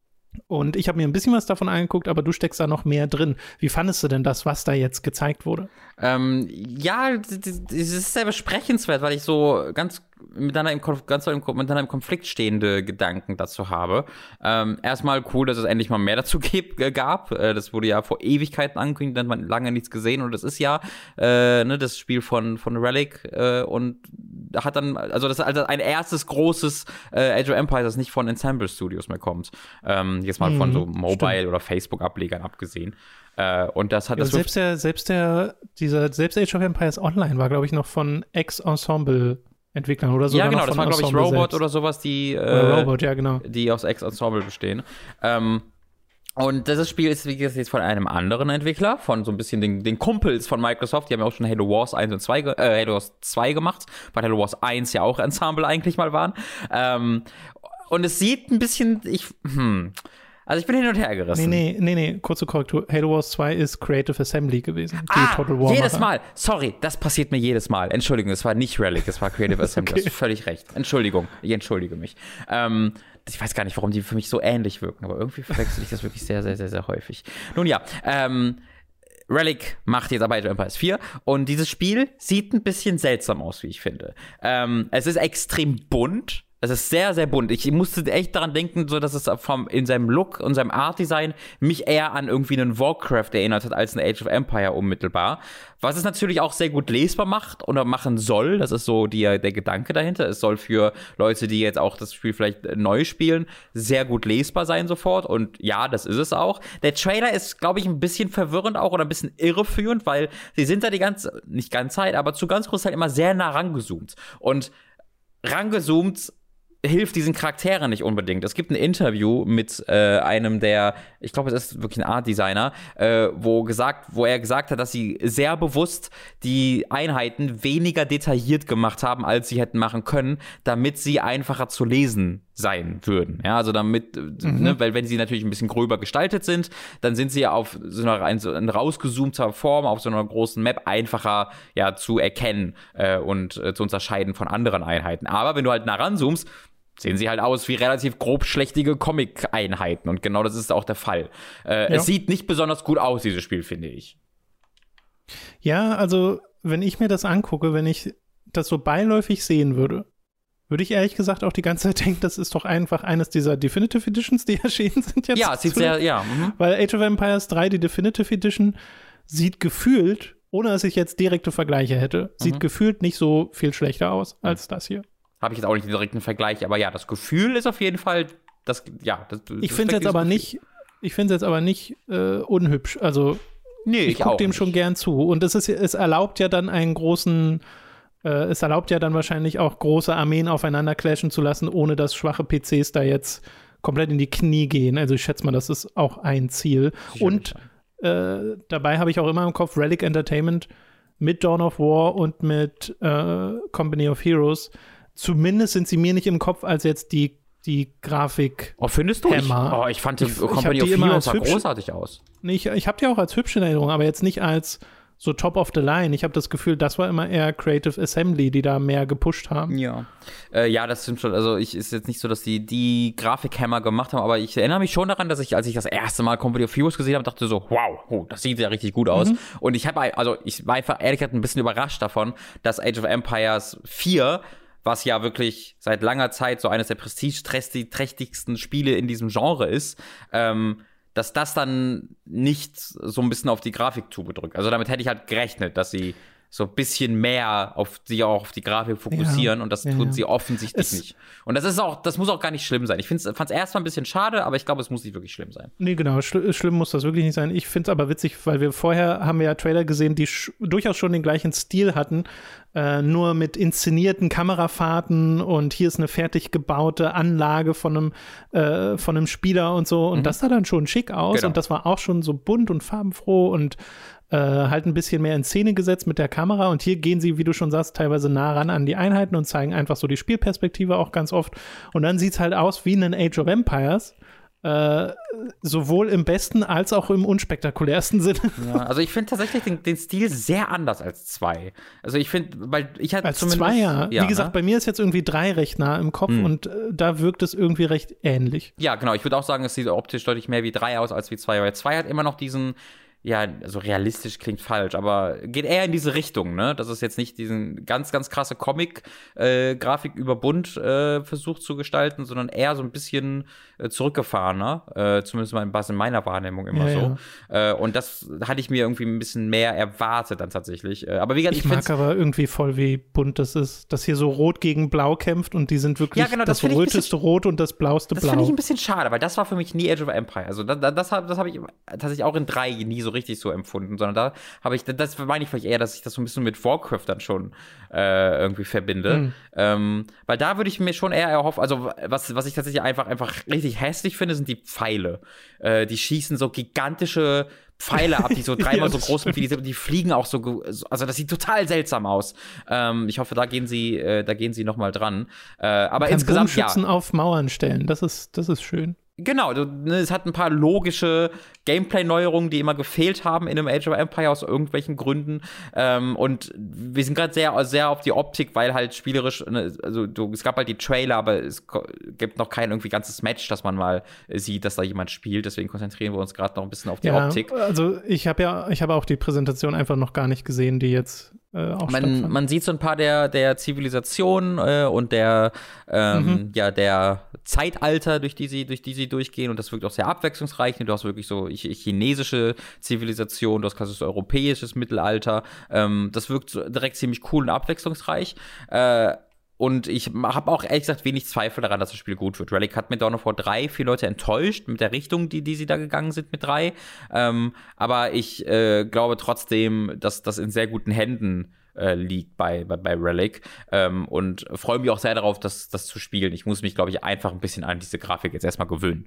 Und ich habe mir ein bisschen was davon angeguckt, aber du steckst da noch mehr drin. Wie fandest du denn das, was da jetzt gezeigt wurde? Ähm, ja, es ist sehr besprechenswert, weil ich so ganz miteinander im, Konf- ganz im, miteinander im Konflikt stehende Gedanken dazu habe. Ähm, erstmal cool, dass es endlich mal mehr dazu g- gab. Äh, das wurde ja vor Ewigkeiten angekündigt, dann hat man lange nichts gesehen. Und das ist ja äh, ne, das Spiel von, von Relic äh, und hat dann, also das ist also ein erstes großes äh, Age of Empires, das nicht von Ensemble Studios mehr kommt. Ähm, jetzt mal mhm, von so Mobile- stimmt. oder Facebook-Ablegern abgesehen. Äh, und das hat ja, das selbst der, selbst der, dieser, selbst Age of Empires Online war, glaube ich, noch von Ex-Ensemble-Entwicklern oder so. Ja, genau, das war, glaube ich, Robot selbst. Oder sowas, die, oder äh, Robot, ja, genau. die aus Ex-Ensemble bestehen. Ähm, und dieses Spiel ist, wie gesagt, jetzt von einem anderen Entwickler, von so ein bisschen den, den Kumpels von Microsoft. Die haben ja auch schon Halo Wars eins und zwei, äh, Halo Wars zwei gemacht, weil Halo Wars eins ja auch Ensemble eigentlich mal waren. Ähm, und es sieht ein bisschen, ich, hm, also ich bin hin und her gerissen. Nee, nee, nee, nee, kurze Korrektur. Halo Wars zwei ist Creative Assembly gewesen. Die ah, Total War jedes Mal. Sorry, das passiert mir jedes Mal. Entschuldigung, es war nicht Relic, es war Creative Assembly. Okay. Du hast völlig recht. Entschuldigung, ich entschuldige mich. Ähm, ich weiß gar nicht, warum die für mich so ähnlich wirken, aber irgendwie verwechsel ich das wirklich sehr, sehr, sehr, sehr häufig. Nun ja, ähm, Relic macht jetzt aber Age of Empires vier und dieses Spiel sieht ein bisschen seltsam aus, wie ich finde. Ähm, es ist extrem bunt. Es ist sehr, sehr bunt. Ich musste echt daran denken, so dass es vom, in seinem Look und seinem Art-Design mich eher an irgendwie einen Warcraft erinnert hat als ein Age of Empire unmittelbar. Was es natürlich auch sehr gut lesbar macht oder machen soll. Das ist so die, der Gedanke dahinter. Es soll für Leute, die jetzt auch das Spiel vielleicht neu spielen, sehr gut lesbar sein sofort. Und ja, das ist es auch. Der Trailer ist, glaube ich, ein bisschen verwirrend auch oder ein bisschen irreführend, weil sie sind da die ganze, nicht ganze Zeit, aber zu ganz großer Zeit immer sehr nah rangezoomt. Und rangezoomt hilft diesen Charakteren nicht unbedingt. Es gibt ein Interview mit äh, einem der, ich glaube, es ist wirklich ein Art-Designer, äh, wo gesagt, wo er gesagt hat, dass sie sehr bewusst die Einheiten weniger detailliert gemacht haben, als sie hätten machen können, damit sie einfacher zu lesen sein würden. Ja, also damit, mhm. ne, weil wenn sie natürlich ein bisschen gröber gestaltet sind, dann sind sie ja auf so einer ein, so in rausgezoomter Form, auf so einer großen Map einfacher ja zu erkennen äh, und äh, zu unterscheiden von anderen Einheiten. Aber wenn du halt nah ranzoomst, sehen sie halt aus wie relativ grobschlächtige Comic-Einheiten. Und genau das ist auch der Fall. Äh, ja. Es sieht nicht besonders gut aus, dieses Spiel, finde ich. Ja, also, wenn ich mir das angucke, wenn ich das so beiläufig sehen würde, würde ich ehrlich gesagt auch die ganze Zeit denken, das ist doch einfach eines dieser Definitive Editions, die erschienen sind jetzt. Ja, es sieht sehr, ja. Mhm. Weil Age of Empires drei, die Definitive Edition, sieht gefühlt, ohne dass ich jetzt direkte Vergleiche hätte, mhm. sieht gefühlt nicht so viel schlechter aus als mhm. das hier. Habe ich jetzt auch nicht den direkten Vergleich, aber ja, das Gefühl ist auf jeden Fall, das, ja. Das, ich finde es jetzt aber Gefühl. nicht, ich finde es jetzt aber nicht äh, unhübsch. Also, nee, ich gucke dem nicht. schon gern zu. Und es ist, es erlaubt ja dann einen großen, äh, es erlaubt ja dann wahrscheinlich auch große Armeen aufeinander clashen zu lassen, ohne dass schwache P Cs da jetzt komplett in die Knie gehen. Also, ich schätze mal, das ist auch ein Ziel. Und äh, dabei habe ich auch immer im Kopf Relic Entertainment mit Dawn of War und mit äh, Company of Heroes. Zumindest sind sie mir nicht im Kopf als jetzt die, die Grafik. Oh, findest du? Ich, oh, ich fand die ich, Company ich of Heroes sah großartig aus. Nee, ich ich habe die auch als hübsch in Erinnerung, aber jetzt nicht als so top of the line. Ich habe das Gefühl, das war immer eher Creative Assembly, die da mehr gepusht haben. Ja, äh, ja, das stimmt schon. Also ich ist jetzt nicht so, dass die die Grafikhammer gemacht haben, aber ich erinnere mich schon daran, dass ich, als ich das erste Mal Company of Heroes gesehen habe, dachte so, wow, oh, das sieht ja richtig gut aus. Mhm. Und ich habe, also ich war einfach ehrlich gesagt ein bisschen überrascht davon, dass Age of Empires vier, was ja wirklich seit langer Zeit so eines der prestigeträchtigsten Spiele in diesem Genre ist, ähm, dass das dann nicht so ein bisschen auf die Grafiktube drückt. Also damit hätte ich halt gerechnet, dass sie so ein bisschen mehr auf sich auch auf die Grafik fokussieren Ja, und das ja, tun ja. sie offensichtlich Es- nicht. Und das ist auch, das muss auch gar nicht schlimm sein. Ich fand es erstmal ein bisschen schade, aber ich glaube, es muss nicht wirklich schlimm sein. Nee, genau, schl schlimm muss das wirklich nicht sein. Ich finde es aber witzig, weil wir vorher haben wir ja Trailer gesehen, die sch- durchaus schon den gleichen Stil hatten, äh, nur mit inszenierten Kamerafahrten und hier ist eine fertig gebaute Anlage von einem, äh, von einem Spieler und so und Mhm. das sah dann schon schick aus Genau. und das war auch schon so bunt und farbenfroh und äh, halt ein bisschen mehr in Szene gesetzt mit der Kamera und hier gehen sie, wie du schon sagst, teilweise nah ran an die Einheiten und zeigen einfach so die Spielperspektive auch ganz oft und dann sieht es halt aus wie ein Age of Empires, äh, sowohl im besten als auch im unspektakulärsten Sinne. Ja, also ich finde tatsächlich den, den Stil sehr anders als zwei. Also ich finde, weil ich hatte Als zumindest zwei, ja. Wie gesagt, ne? bei mir ist jetzt irgendwie drei recht nah im Kopf Hm. und äh, da wirkt es irgendwie recht ähnlich. Ja, genau. Ich würde auch sagen, es sieht optisch deutlich mehr wie drei aus als wie zwei, weil zwei hat immer noch diesen, ja, also realistisch klingt falsch, aber geht eher in diese Richtung, ne? Das ist jetzt nicht diesen ganz, ganz krasse Comic-Grafik über bunt äh, versucht zu gestalten, sondern eher so ein bisschen äh, zurückgefahrener, äh, zumindest mal in, in meiner Wahrnehmung immer Ja, so. Äh, und das hatte ich mir irgendwie ein bisschen mehr erwartet dann tatsächlich. Äh, aber wie gesagt, Ich, ich, mag finde aber irgendwie voll, wie bunt das ist, dass hier so Rot gegen Blau kämpft und die sind wirklich Ja, genau, das das, finde ich ein röteste Rot und das blauste Das Blau. fand ich ein bisschen schade, weil das war für mich nie Age of Empire. Also da, da, das habe das hab ich tatsächlich auch in drei nie so richtig so empfunden, sondern da habe ich, das meine ich vielleicht eher, dass ich das so ein bisschen mit Warcraft dann schon äh, irgendwie verbinde. Mhm. Ähm, weil da würde ich mir schon eher erhoffen, also was, was ich tatsächlich einfach, einfach richtig hässlich finde, sind die Pfeile. Äh, die schießen so gigantische Pfeile ab, die so dreimal Ja, so das groß sind wie diese, die fliegen auch so, ge- so- also das sieht total seltsam aus. Ähm, ich hoffe, da gehen sie, äh, da gehen sie noch mal dran. Äh, aber Kann insgesamt ja. Bogenschützen auf Mauern stellen, das ist, das ist schön. Genau, du, ne, es hat ein paar logische Gameplay-Neuerungen, die immer gefehlt haben in einem Age of Empire aus irgendwelchen Gründen. Ähm, und wir sind gerade sehr, sehr auf die Optik, weil halt spielerisch, ne, also du, es gab halt die Trailer, aber es ko- gibt noch kein irgendwie ganzes Match, dass man mal äh, sieht, dass da jemand spielt. Deswegen konzentrieren wir uns gerade noch ein bisschen auf die Ja, Optik. also ich habe ja, ich habe auch die Präsentation einfach noch gar nicht gesehen, die jetzt äh, auch Man, stattfand. man sieht so ein paar der, der Zivilisationen äh, und der, ähm, Mhm. ja, der Zeitalter, durch die sie, durch die sie durchgehen. Und das wirkt auch sehr abwechslungsreich. Du hast wirklich so ch- chinesische Zivilisation, du hast klassisches europäisches Mittelalter. Ähm, das wirkt so direkt ziemlich cool und abwechslungsreich. Äh, Und ich habe auch ehrlich gesagt wenig Zweifel daran, dass das Spiel gut wird. Relic hat mit Dawn of War drei viele Leute enttäuscht mit der Richtung, die, die sie da gegangen sind mit drei. Ähm, aber ich äh, glaube trotzdem, dass das in sehr guten Händen äh, liegt bei, bei, bei Relic. Ähm, und freue mich auch sehr darauf, das, das zu spielen. Ich muss mich, glaube ich, einfach ein bisschen an diese Grafik jetzt erstmal gewöhnen.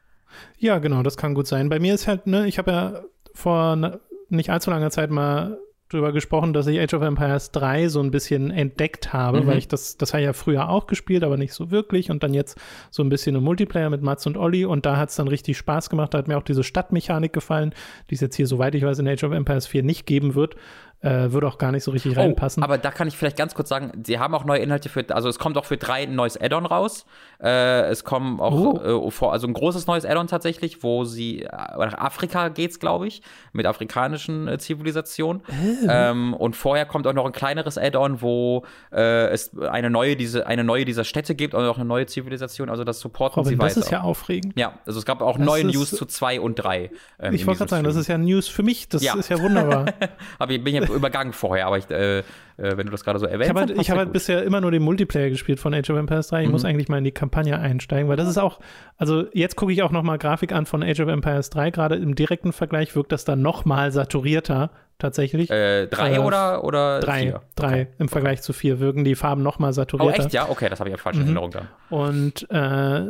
Ja, genau, das kann gut sein. Bei mir ist halt, ne, ich habe ja vor ne, nicht allzu langer Zeit mal drüber gesprochen, dass ich Age of Empires drei so ein bisschen entdeckt habe, Mhm. weil ich das, das habe ich ja früher auch gespielt, aber nicht so wirklich und dann jetzt so ein bisschen im Multiplayer mit Mats und Olli und da hat es dann richtig Spaß gemacht, da hat mir auch diese Stadtmechanik gefallen, die es jetzt hier, soweit ich weiß, in Age of Empires vier nicht geben wird, äh, würde auch gar nicht so richtig reinpassen. Oh, aber da kann ich vielleicht ganz kurz sagen, sie haben auch neue Inhalte für, also es kommt auch für drei ein neues Add-on raus. Äh, es kommen auch, Oh. äh, vor, also ein großes neues Add-on tatsächlich, wo sie, äh, nach Afrika geht's, glaube ich, mit afrikanischen äh, Zivilisationen. Ähm, und vorher kommt auch noch ein kleineres Add-on, wo äh, es eine neue, diese, eine neue dieser Städte gibt und auch eine neue Zivilisation, also das supporten Robin, sie das weiter. ist ja aufregend. Ja, also es gab auch Das neue ist- News zu zwei und drei. Ähm, Ich in wollte gerade diesem sagen, das Stream. ist ja News für mich, das Ja. ist ja wunderbar. Aber ich bin ja übergangen vorher, aber ich, äh, äh, wenn du das gerade so erwähnt Ich habe hast, halt, ich hab halt bisher immer nur den Multiplayer gespielt von Age of Empires drei. Ich Mhm. muss eigentlich mal in die Kampagne einsteigen, weil das ist auch, also jetzt gucke ich auch noch mal Grafik an von Age of Empires drei. Gerade im direkten Vergleich wirkt das dann noch mal saturierter tatsächlich. Äh, drei Äh, oder, oder drei, vier? drei Okay. im Vergleich zu vier wirken die Farben noch mal Oh, saturierter. echt? Ja, okay, das habe ich ja falsch in Mhm. Erinnerung dann. Und äh,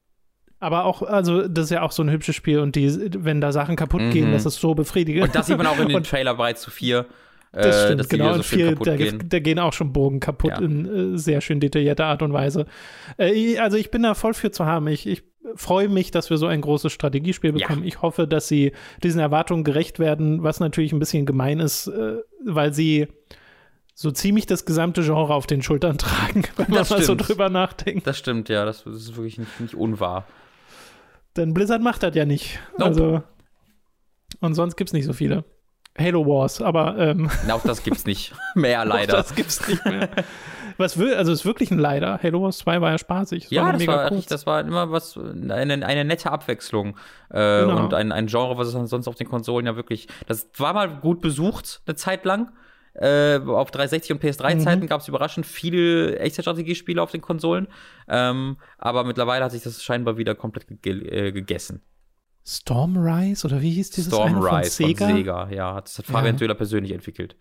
aber auch, also das ist ja auch so ein hübsches Spiel und die, wenn da Sachen kaputt Mhm. gehen, das ist so befriedigend. Und das sieht man auch in den Und Trailer bereits zu vier. Das äh, stimmt, dass die genau. wieder so Und schön viel, kaputt da, gehen. da gehen auch schon Bogen kaputt Ja. in äh, sehr schön detaillierter Art und Weise. Äh, also ich bin da voll für zu haben. Ich, ich freue mich, dass wir so ein großes Strategiespiel Ja. bekommen. Ich hoffe, dass sie diesen Erwartungen gerecht werden, was natürlich ein bisschen gemein ist, äh, weil sie so ziemlich das gesamte Genre auf den Schultern tragen, wenn man Das mal so stimmt. drüber nachdenkt. Das stimmt, ja, das, das ist wirklich nicht, nicht unwahr. Denn Blizzard macht das ja nicht. Nope. Also und sonst gibt's nicht so viele. Halo Wars, aber ähm, Na, auch das gibt's nicht mehr, Auch leider. das gibt's nicht mehr. Was will, also es ist wirklich ein Leider. Halo Wars zwei war ja spaßig. Es Ja, nur das mega war, kurz. richtig, das war immer was, eine, eine nette Abwechslung. Äh, Genau. Und ein, ein Genre, was es sonst auf den Konsolen ja wirklich, das war mal gut besucht, eine Zeit lang. Äh, auf dreihundertsechzig und P S drei Zeiten mhm. gab es überraschend viele Echtzeitstrategiespiele auf den Konsolen. Ähm, aber mittlerweile hat sich das scheinbar wieder komplett ge- äh, gegessen. Stormrise oder wie hieß dieses Stormrise eine von Sega? von Sega, ja. Das hat Fabian ja. Döhler persönlich entwickelt.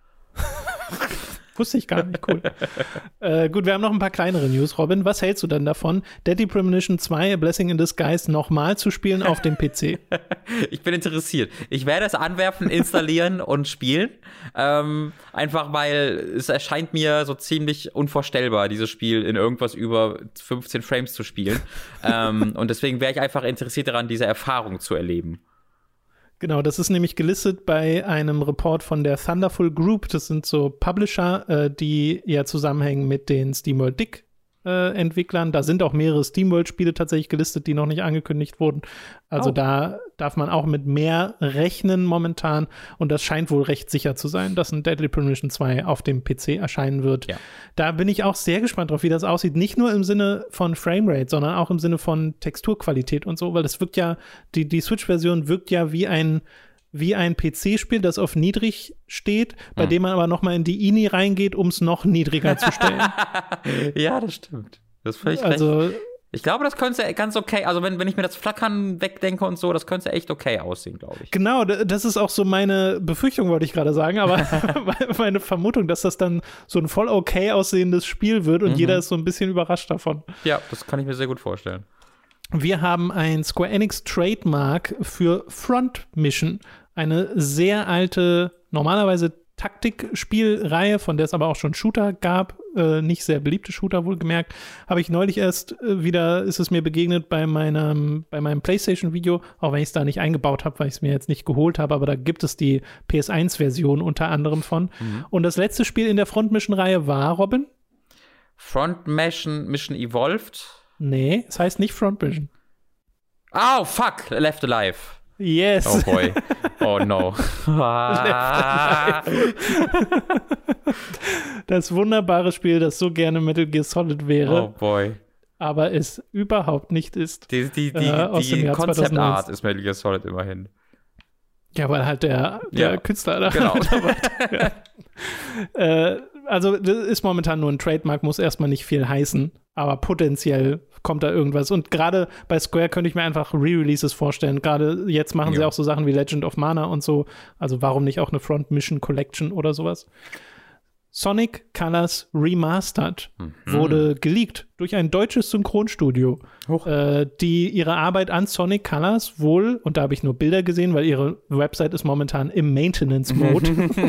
Wusste ich gar nicht, cool. äh, gut, wir haben noch ein paar kleinere News, Robin. Was hältst du denn davon, Deadly Premonition zwei, A Blessing in Disguise, nochmal zu spielen auf dem P C? Ich bin interessiert. Ich werde es anwerfen, installieren und spielen. Ähm, einfach weil es erscheint mir so ziemlich unvorstellbar, dieses Spiel in irgendwas über fünfzehn Frames zu spielen. ähm, und deswegen wäre ich einfach interessiert daran, diese Erfahrung zu erleben. Genau, das ist nämlich gelistet bei einem Report von der Thunderful Group. Das sind so Publisher, äh, die ja zusammenhängen mit den SteamWorld Dig äh, Entwicklern. Da sind auch mehrere SteamWorld-Spiele tatsächlich gelistet, die noch nicht angekündigt wurden. Also oh. da darf man auch mit mehr rechnen momentan. Und das scheint wohl recht sicher zu sein, dass ein Deadly Premonition zwei auf dem P C erscheinen wird. Ja. Da bin ich auch sehr gespannt drauf, wie das aussieht. Nicht nur im Sinne von Framerate, sondern auch im Sinne von Texturqualität und so, weil das wirkt ja, die, die Switch-Version wirkt ja wie ein wie ein P C-Spiel, das auf niedrig steht, bei hm. dem man aber noch mal in die I N I reingeht, um es noch niedriger zu stellen. Ja, das stimmt. Das finde ich also recht. Ich glaube, das könnte ganz okay, also wenn, wenn ich mir das Flackern wegdenke und so, das könnte echt okay aussehen, glaube ich. Genau, das ist auch so meine Befürchtung, wollte ich gerade sagen, aber meine Vermutung, dass das dann so ein voll okay aussehendes Spiel wird und mhm. jeder ist so ein bisschen überrascht davon. Ja, das kann ich mir sehr gut vorstellen. Wir haben ein Square Enix Trademark für Front Mission. Eine sehr alte, normalerweise Taktikspielreihe, von der es aber auch schon Shooter gab, äh, nicht sehr beliebte Shooter wohlgemerkt, habe ich neulich erst äh, wieder, ist es mir begegnet bei meinem, bei meinem PlayStation-Video, auch wenn ich es da nicht eingebaut habe, weil ich es mir jetzt nicht geholt habe, aber da gibt es die P S eins Version unter anderem von. Mhm. Und das letzte Spiel in der Front Mission-Reihe war, Robin? Front Mission, Mission Evolved? Nee, es heißt nicht Front Mission. Oh, fuck, Left Alive. Yes. Oh boy. Oh no. Das wunderbare Spiel, das so gerne Metal Gear Solid wäre. Oh boy. Aber es überhaupt nicht ist. Die, die, die, äh, die Konzeptart ist Metal Gear Solid immerhin. Ja, weil halt der, der ja. Künstler da genau. dabei. Ja. äh, also, das ist momentan nur ein Trademark, muss erstmal nicht viel heißen, aber potenziell kommt da irgendwas. Und gerade bei Square könnte ich mir einfach Re-Releases vorstellen. Gerade jetzt machen ja. sie auch so Sachen wie Legend of Mana und so. Also warum nicht auch eine Front Mission Collection oder sowas? Sonic Colors Remastered mhm. wurde geleakt durch ein deutsches Synchronstudio, äh, die ihre Arbeit an Sonic Colors wohl, und da habe ich nur Bilder gesehen, weil ihre Website ist momentan im Maintenance-Mode,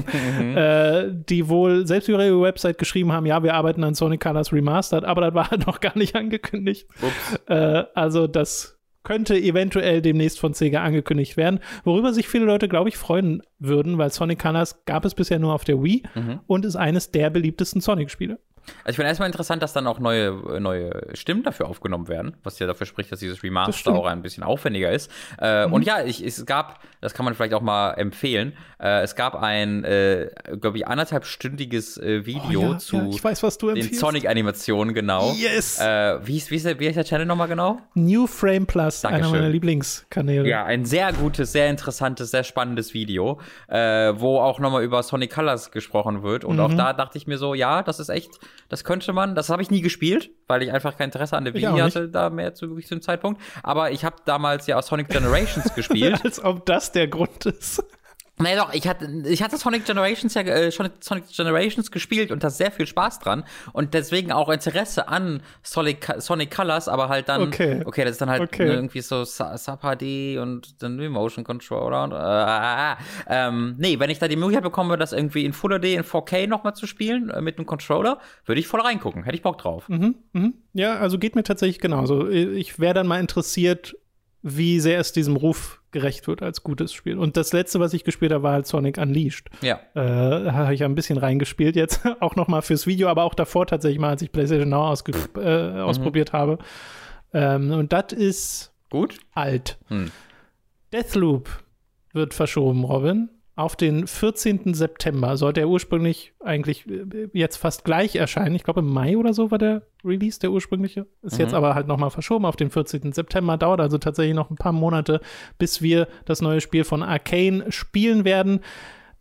äh, die wohl selbst über ihre Website geschrieben haben, ja, wir arbeiten an Sonic Colors Remastered, aber das war halt noch gar nicht angekündigt. Äh, also das könnte eventuell demnächst von Sega angekündigt werden, worüber sich viele Leute, glaube ich, freuen würden, weil Sonic Colors gab es bisher nur auf der Wii mhm. und ist eines der beliebtesten Sonic-Spiele. Also ich finde erstmal interessant, dass dann auch neue, neue Stimmen dafür aufgenommen werden, was ja dafür spricht, dass dieses Remaster auch ein bisschen aufwendiger ist. Äh, mhm. Und ja, ich, es gab, das kann man vielleicht auch mal empfehlen, äh, es gab ein, äh, glaube ich, anderthalbstündiges äh, Video oh, ja, zu ja, ich weiß, was du den Sonic-Animationen, genau. Yes! Äh, wie, ist, wie, ist der, wie ist der Channel nochmal genau? New Frame Plus, Dankeschön. Einer meiner Lieblingskanäle. Ja, ein sehr gutes, sehr interessantes, sehr spannendes Video, äh, wo auch nochmal über Sonic Colors gesprochen wird. Und mhm. auch da dachte ich mir so, ja, das ist echt, das könnte man, das habe ich nie gespielt, weil ich einfach kein Interesse an der Wii hatte, da mehr zu wirklich zu dem Zeitpunkt. Aber ich habe damals ja auch Sonic Generations gespielt. Als ob das der Grund ist. Nee, doch, ich hatte, ich hatte Sonic Generations ja äh, schon Sonic Generations gespielt und da sehr viel Spaß dran und deswegen auch Interesse an Sonic, Sonic Colors, aber halt dann, okay, okay das ist dann halt okay. irgendwie so Sub-H D und dann Motion Controller und äh, ähm, nee, wenn ich da die Möglichkeit bekomme, das irgendwie in Full H D, in vier K nochmal zu spielen, äh, mit einem Controller, würde ich voll reingucken, hätte ich Bock drauf. Mhm, mhm. Ja, also geht mir tatsächlich genauso. Ich wäre dann mal interessiert, wie sehr es diesem Ruf gerecht wird als gutes Spiel. Und das letzte, was ich gespielt habe, war halt Sonic Unleashed. Ja. Äh, da habe ich ein bisschen reingespielt jetzt, auch noch mal fürs Video, aber auch davor tatsächlich mal, als ich PlayStation Now ausge- äh, mhm. ausprobiert habe. Ähm, und das ist gut alt. Hm. Deathloop wird verschoben, Robin, auf den vierzehnten September. Sollte er ursprünglich eigentlich jetzt fast gleich erscheinen. Ich glaube, im Mai oder so war der Release, der ursprüngliche. Ist mhm. jetzt aber halt nochmal verschoben auf den vierzehnten September. Dauert also tatsächlich noch ein paar Monate, bis wir das neue Spiel von Arcane spielen werden.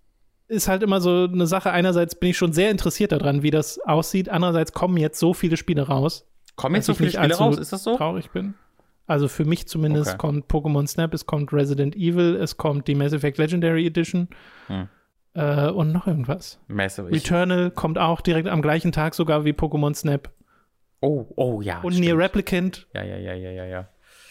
ist halt immer so eine Sache. Einerseits bin ich schon sehr interessiert daran, wie das aussieht. Andererseits kommen jetzt so viele Spiele raus. Kommen jetzt so viele Spiele raus? Ist das so? Traurig bin. Also für mich zumindest okay. kommt Pokémon Snap, es kommt Resident Evil, es kommt die Mass Effect Legendary Edition hm. äh, und noch irgendwas. Massive. Returnal kommt auch direkt am gleichen Tag sogar wie Pokémon Snap. Oh, oh ja. Und Nier Replicant. Ja, ja, ja, ja, ja, ja.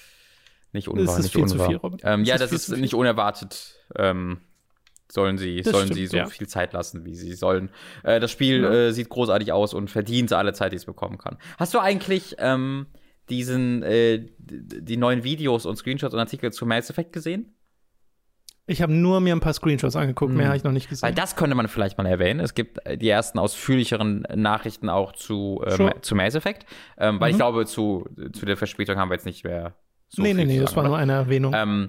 Nicht unwahr, nicht unwahr. Viel, ähm, ja, das ist, ist nicht unerwartet. Ähm, sollen sie, sollen stimmt, sie so ja. viel Zeit lassen, wie sie sollen. Äh, das Spiel ja. äh, sieht großartig aus und verdient alle Zeit, die es bekommen kann. Hast du eigentlich ähm, diesen, äh, die neuen Videos und Screenshots und Artikel zu Mass Effect gesehen? Ich habe nur mir ein paar Screenshots angeguckt, hm. mehr habe ich noch nicht gesehen. Weil das könnte man vielleicht mal erwähnen. Es gibt die ersten ausführlicheren Nachrichten auch zu, äh, sure. zu Mass Effect. Ähm, weil mhm. ich glaube, zu, zu der Verspätung haben wir jetzt nicht mehr so nee, viel Nee, nee, nee, sagen, das war oder? nur eine Erwähnung. Ähm,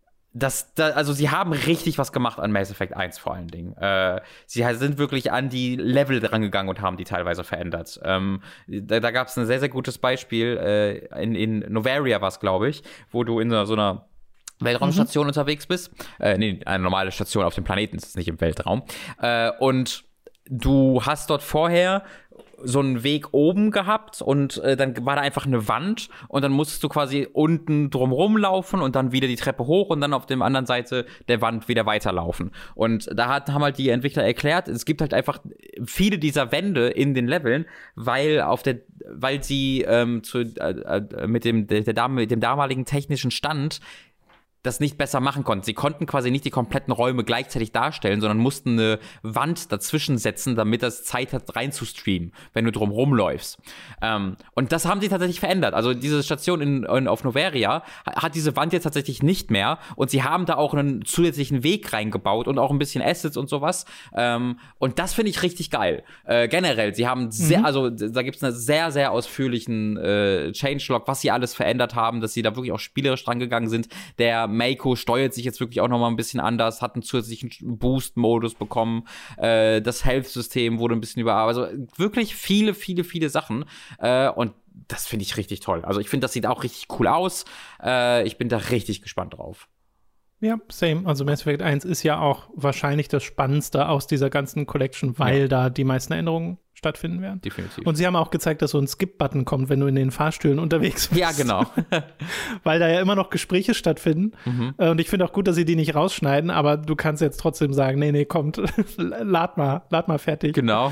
das, da, also sie haben richtig was gemacht an Mass Effect eins vor allen Dingen. Äh, sie sind wirklich an die Level dran gegangen und haben die teilweise verändert. Ähm, da da gab es ein sehr, sehr gutes Beispiel. Äh, in, in Novaria war es, glaube ich, wo du in so, so einer Weltraumstation mhm. unterwegs bist. Äh, nee, eine normale Station auf dem Planeten, das ist nicht im Weltraum. Äh, und du hast dort vorher so einen Weg oben gehabt und äh, dann war da einfach eine Wand und dann musstest du quasi unten drumrum laufen und dann wieder die Treppe hoch und dann auf der anderen Seite der Wand wieder weiterlaufen. Und da hat, haben halt die Entwickler erklärt, es gibt halt einfach viele dieser Wände in den Leveln, weil auf der, weil sie ähm, zu, äh, äh, mit dem, der, der, mit dem damaligen technischen Stand das nicht besser machen konnten. Sie konnten quasi nicht die kompletten Räume gleichzeitig darstellen, sondern mussten eine Wand dazwischen setzen, damit das Zeit hat, reinzustreamen, wenn du drum rumläufst. Ähm, und das haben sie tatsächlich verändert. Also diese Station in, in, auf Novaria hat diese Wand jetzt tatsächlich nicht mehr und sie haben da auch einen zusätzlichen Weg reingebaut und auch ein bisschen Assets und sowas. Ähm, und das finde ich richtig geil. Äh, generell, sie haben sehr, mhm. also da gibt es einen sehr, sehr ausführlichen äh, Changelog, was sie alles verändert haben, dass sie da wirklich auch spielerisch dran gegangen sind. Der Mako steuert sich jetzt wirklich auch noch mal ein bisschen anders, hat einen zusätzlichen Boost-Modus bekommen, äh, das Health-System wurde ein bisschen überarbeitet, also wirklich viele, viele, viele Sachen äh, und das finde ich richtig toll. Also ich finde, das sieht auch richtig cool aus. Äh, ich bin da richtig gespannt drauf. Ja, same. Also Mass Effect eins ist ja auch wahrscheinlich das Spannendste aus dieser ganzen Collection, weil ja. da die meisten Änderungen stattfinden werden. Definitiv. Und sie haben auch gezeigt, dass so ein Skip-Button kommt, wenn du in den Fahrstühlen unterwegs bist. Ja, genau. Weil da ja immer noch Gespräche stattfinden. Mhm. Und ich finde auch gut, dass sie die nicht rausschneiden, aber du kannst jetzt trotzdem sagen, nee, nee, kommt, lad mal, lad mal fertig. Genau.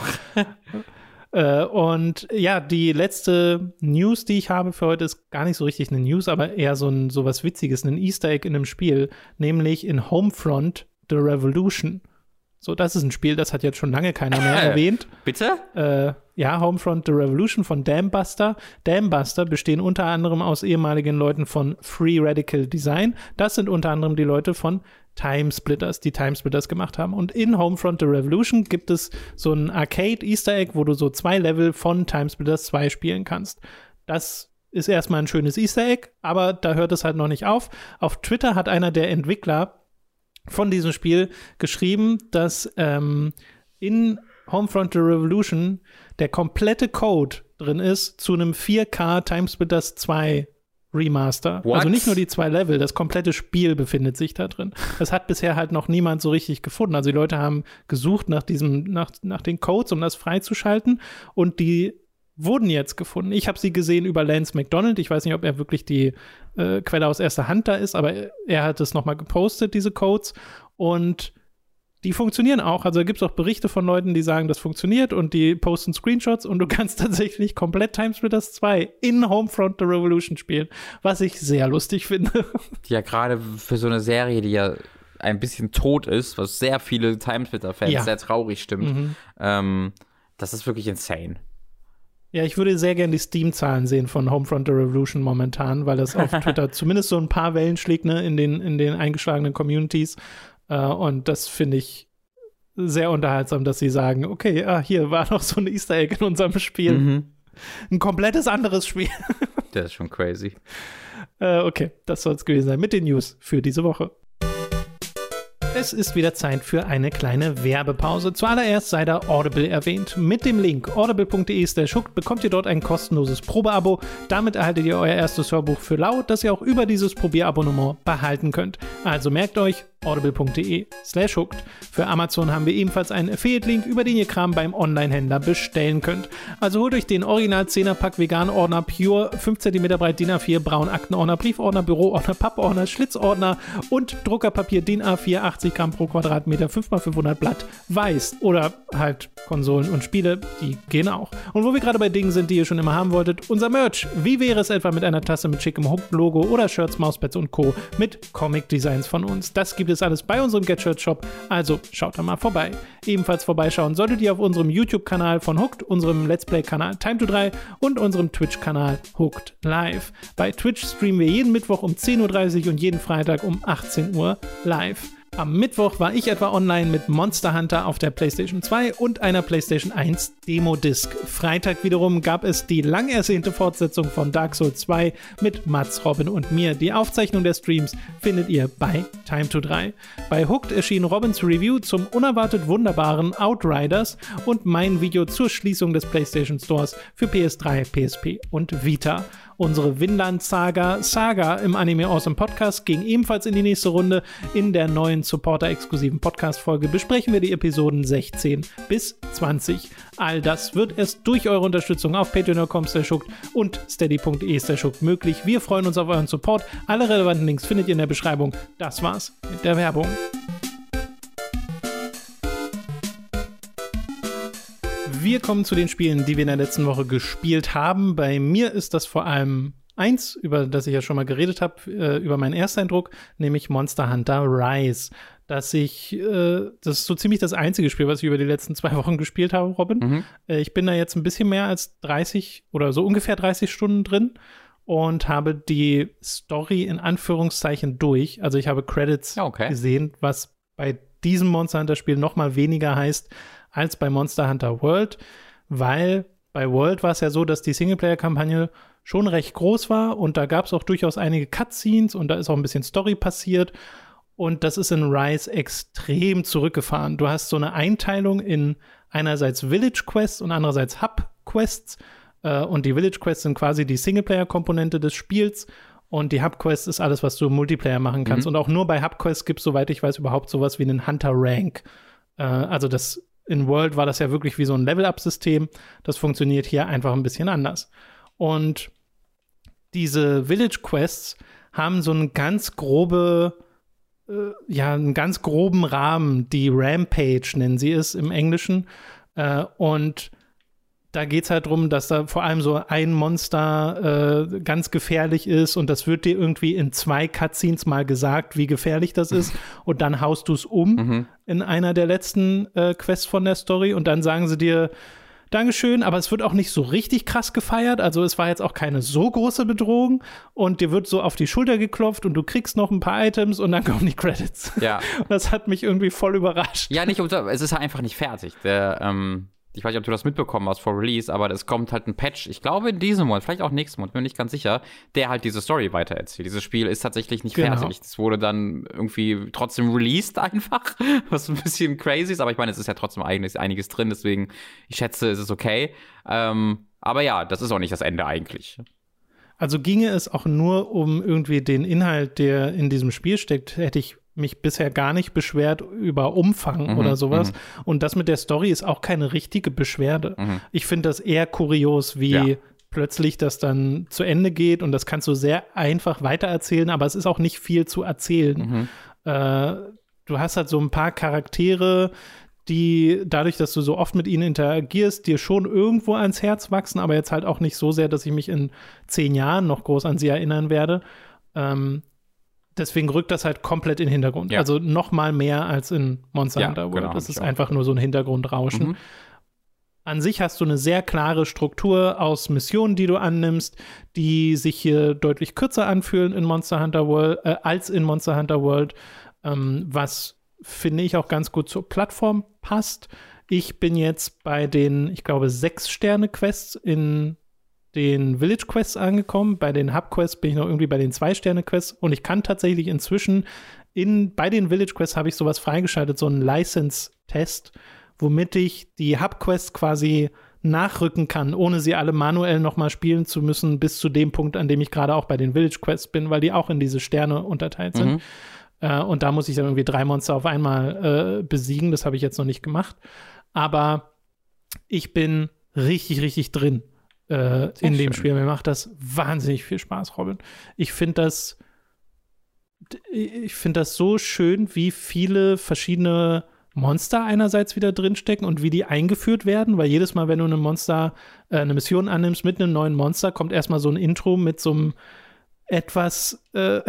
Äh, und ja, die letzte News, die ich habe für heute, ist gar nicht so richtig eine News, aber eher so ein so was Witziges, ein Easter Egg in einem Spiel, nämlich in Homefront The Revolution. So, das ist ein Spiel, das hat jetzt schon lange keiner mehr erwähnt. Bitte? Äh, ja, Homefront The Revolution von Dambuster. Dambuster bestehen unter anderem aus ehemaligen Leuten von Free Radical Design. Das sind unter anderem die Leute von Timesplitters, die Timesplitters gemacht haben. Und in Homefront The Revolution gibt es so ein Arcade-Easter Egg, wo du so zwei Level von Timesplitters zwei spielen kannst. Das ist erstmal ein schönes Easter Egg, aber da hört es halt noch nicht auf. Auf Twitter hat einer der Entwickler von diesem Spiel geschrieben, dass ähm, in Homefront The Revolution der komplette Code drin ist zu einem vier K Timesplitters zwei Remaster. What? Also nicht nur die zwei Level, das komplette Spiel befindet sich da drin. Das hat bisher halt noch niemand so richtig gefunden. Also die Leute haben gesucht nach diesem, nach, nach den Codes, um das freizuschalten und die wurden jetzt gefunden. Ich habe sie gesehen über Lance McDonald. Ich weiß nicht, ob er wirklich die äh, Quelle aus erster Hand da ist, aber er hat es nochmal gepostet, diese Codes. Und die funktionieren auch. Also da gibt es auch Berichte von Leuten, die sagen, das funktioniert und die posten Screenshots und du kannst tatsächlich komplett Timesplitters zwei in Homefront The Revolution spielen, was ich sehr lustig finde. Ja, gerade für so eine Serie, die ja ein bisschen tot ist, was sehr viele Timesplitter-Fans ja. sehr traurig stimmt. Mhm. Ähm, das ist wirklich insane. Ja, ich würde sehr gerne die Steam-Zahlen sehen von Homefront The Revolution momentan, weil das auf Twitter zumindest so ein paar Wellen schlägt, ne, in den, in den eingeschlagenen Communities. Uh, und das finde ich sehr unterhaltsam, dass sie sagen, okay, ah, hier war noch so ein Easter Egg in unserem Spiel. Mhm. Ein komplettes anderes Spiel. Das ist schon crazy. Uh, okay, das soll es gewesen sein mit den News für diese Woche. Es ist wieder Zeit für eine kleine Werbepause. Zuallererst sei da Audible erwähnt. Mit dem Link audible punkt de slash hooked bekommt ihr dort ein kostenloses Probeabo. Damit erhaltet ihr euer erstes Hörbuch für lau, das ihr auch über dieses Probierabonnement behalten könnt. Also merkt euch audible.de slash hooked. Für Amazon haben wir ebenfalls einen Affiliate-Link, über den ihr Kram beim Online-Händler bestellen könnt. Also holt euch den Original zehner Pack Vegan-Ordner Pure, fünf Zentimeter breit D I N A vier, braun Aktenordner, Briefordner, Büroordner, Pappordner, Schlitzordner und Druckerpapier D I N A vier, achtzig Gramm pro Quadratmeter, fünf mal fünfhundert Blatt, weiß. Oder halt Konsolen und Spiele, die gehen auch. Und wo wir gerade bei Dingen sind, die ihr schon immer haben wolltet, unser Merch. Wie wäre es etwa mit einer Tasse mit schickem Hooked-Logo oder Shirts, Mauspads und Co. mit Comic-Designs von uns? Das gibt es alles bei unserem Get-Shirt-Shop, also schaut da mal vorbei. Ebenfalls vorbeischauen solltet ihr auf unserem YouTube-Kanal von Hooked, unserem Let's Play-Kanal Time to drei und unserem Twitch-Kanal Hooked Live. Bei Twitch streamen wir jeden Mittwoch um zehn Uhr dreißig und jeden Freitag um achtzehn Uhr live. Am Mittwoch war ich etwa online mit Monster Hunter auf der PlayStation zwei und einer PlayStation eins Demo-Disc. Freitag wiederum gab es die lang ersehnte Fortsetzung von Dark Souls zwei mit Mats, Robin und mir. Die Aufzeichnung der Streams findet ihr bei Time to drei. Bei Hooked erschien Robins Review zum unerwartet wunderbaren Outriders und mein Video zur Schließung des PlayStation Stores für P S drei, P S P und Vita. Unsere Vinland-Saga Saga im Anime Awesome Podcast ging ebenfalls in die nächste Runde. In der neuen Supporter-exklusiven Podcast-Folge besprechen wir die Episoden sechzehn bis zwanzig. All das wird erst durch eure Unterstützung auf patreon punkt com slash hooked und steady.de slash hooked möglich. Wir freuen uns auf euren Support. Alle relevanten Links findet ihr in der Beschreibung. Das war's mit der Werbung. Wir kommen zu den Spielen, die wir in der letzten Woche gespielt haben. Bei mir ist das vor allem eins, über das ich ja schon mal geredet habe, äh, über meinen Ersteindruck, nämlich Monster Hunter Rise. Dass ich, äh, das ist so ziemlich das einzige Spiel, was ich über die letzten zwei Wochen gespielt habe, Robin. Mhm. Äh, ich bin da jetzt ein bisschen mehr als dreißig oder so ungefähr dreißig Stunden drin und habe die Story in Anführungszeichen durch. Also ich habe Credits okay. gesehen, was bei diesem Monster Hunter Spiel noch mal weniger heißt als bei Monster Hunter World, weil bei World war es ja so, dass die Singleplayer-Kampagne schon recht groß war und da gab es auch durchaus einige Cutscenes und da ist auch ein bisschen Story passiert und das ist in Rise extrem zurückgefahren. Du hast so eine Einteilung in einerseits Village Quests und andererseits Hub Quests äh, und die Village Quests sind quasi die Singleplayer-Komponente des Spiels und die Hub Quest ist alles, was du im Multiplayer machen kannst. Mhm. Und auch nur bei Hub Quests gibt es, soweit ich weiß, überhaupt sowas wie einen Hunter Rank. Äh, also das in World war das ja wirklich wie so ein Level-Up-System. Das funktioniert hier einfach ein bisschen anders. Und diese Village-Quests haben so einen ganz grobe, äh, ja, einen ganz groben Rahmen. Die Rampage nennen sie es im Englischen. Äh, und da geht es halt darum, dass da vor allem so ein Monster äh, ganz gefährlich ist und das wird dir irgendwie in zwei Cutscenes mal gesagt, wie gefährlich das ist und dann haust du es um mhm. in einer der letzten äh, Quests von der Story und dann sagen sie dir, Dankeschön, aber es wird auch nicht so richtig krass gefeiert, also es war jetzt auch keine so große Bedrohung und dir wird so auf die Schulter geklopft und du kriegst noch ein paar Items und dann kommen die Credits. Ja. Das hat mich irgendwie voll überrascht. Ja, nicht, es ist halt einfach nicht fertig. Der, ähm Ich weiß nicht, ob du das mitbekommen hast vor Release, aber es kommt halt ein Patch, ich glaube in diesem Monat, vielleicht auch nächsten Monat, bin mir nicht ganz sicher, der halt diese Story weitererzählt. Dieses Spiel ist tatsächlich nicht genau. fertig. Das wurde dann irgendwie trotzdem released einfach, was ein bisschen crazy ist, aber ich meine, es ist ja trotzdem einiges, einiges drin, deswegen, ich schätze, es ist okay. Ähm, aber ja, das ist auch nicht das Ende eigentlich. Also ginge es auch nur um irgendwie den Inhalt, der in diesem Spiel steckt, hätte ich mich bisher gar nicht beschwert über Umfang mhm, oder sowas. Mhm. Und das mit der Story ist auch keine richtige Beschwerde. Mhm. Ich finde das eher kurios, wie ja. plötzlich das dann zu Ende geht und das kannst du sehr einfach weitererzählen, aber es ist auch nicht viel zu erzählen. Mhm. Äh, du hast halt so ein paar Charaktere, die dadurch, dass du so oft mit ihnen interagierst, dir schon irgendwo ans Herz wachsen, aber jetzt halt auch nicht so sehr, dass ich mich in zehn Jahren noch groß an sie erinnern werde. Ähm, Deswegen rückt das halt komplett in den Hintergrund. Ja. Also noch mal mehr als in Monster ja, Hunter World. Genau, das ist einfach nur so ein Hintergrundrauschen. Mhm. An sich hast du eine sehr klare Struktur aus Missionen, die du annimmst, die sich hier deutlich kürzer anfühlen in Monster Hunter World, äh, als in Monster Hunter World, ähm, was, finde ich, auch ganz gut zur Plattform passt. Ich bin jetzt bei den, ich glaube, sechs Sterne-Quests in den Village Quests angekommen. Bei den Hub Quests bin ich noch irgendwie bei den Zwei-Sterne-Quests und ich kann tatsächlich inzwischen in, bei den Village Quests habe ich sowas freigeschaltet, so einen License-Test, womit ich die Hub Quests quasi nachrücken kann, ohne sie alle manuell nochmal spielen zu müssen, bis zu dem Punkt, an dem ich gerade auch bei den Village Quests bin, weil die auch in diese Sterne unterteilt sind. Mhm. Äh, und da muss ich dann irgendwie drei Monster auf einmal äh, besiegen. Das habe ich jetzt noch nicht gemacht. Aber ich bin richtig, richtig drin äh, in dem Spiel. Mir macht das wahnsinnig viel Spaß, Robin. Ich finde das ich finde das so schön, wie viele verschiedene Monster einerseits wieder drinstecken und wie die eingeführt werden, weil jedes Mal, wenn du ein Monster, äh, eine Mission annimmst mit einem neuen Monster, kommt erstmal so ein Intro mit so einem etwas, äh,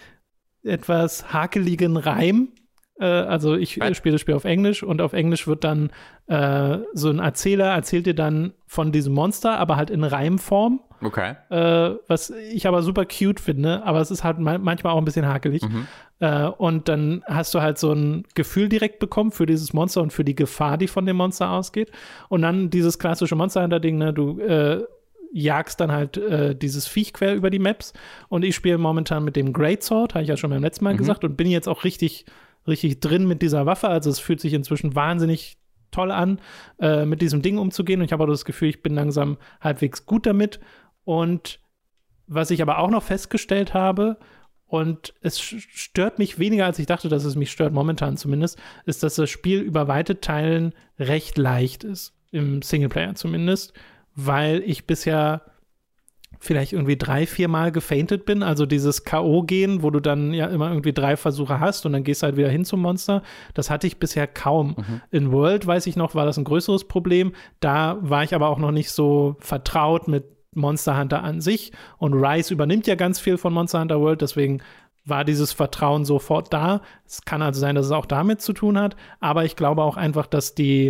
etwas hakeligen Reim. Äh, also ich spiele das Spiel auf Englisch und auf Englisch wird dann äh, so ein Erzähler erzählt dir dann von diesem Monster, aber halt in Reimform. Okay. Äh, was ich aber super cute finde, aber es ist halt ma- manchmal auch ein bisschen hakelig. Mhm. Äh, und dann hast du halt so ein Gefühl direkt bekommen für dieses Monster und für die Gefahr, die von dem Monster ausgeht. Und dann dieses klassische Monster Hunter-Ding, ne, du äh, jagst dann halt äh, dieses Viech quer über die Maps. Und ich spiele momentan mit dem Greatsword, habe ich ja schon beim letzten Mal mhm. gesagt, und bin jetzt auch richtig, richtig drin mit dieser Waffe. Also es fühlt sich inzwischen wahnsinnig toll an, äh, mit diesem Ding umzugehen. Und ich habe auch das Gefühl, ich bin langsam halbwegs gut damit. Und was ich aber auch noch festgestellt habe, und es stört mich weniger, als ich dachte, dass es mich stört, momentan zumindest, ist, dass das Spiel über weite Teilen recht leicht ist, im Singleplayer zumindest, weil ich bisher vielleicht irgendwie drei, vier Mal gefeintet bin, also dieses K O-Gehen, wo du dann ja immer irgendwie drei Versuche hast und dann gehst du halt wieder hin zum Monster, das hatte ich bisher kaum. Mhm. In World, weiß ich noch, war das ein größeres Problem, da war ich aber auch noch nicht so vertraut mit Monster Hunter an sich und Rise übernimmt ja ganz viel von Monster Hunter World, deswegen war dieses Vertrauen sofort da. Es kann also sein, dass es auch damit zu tun hat, aber ich glaube auch einfach, dass die,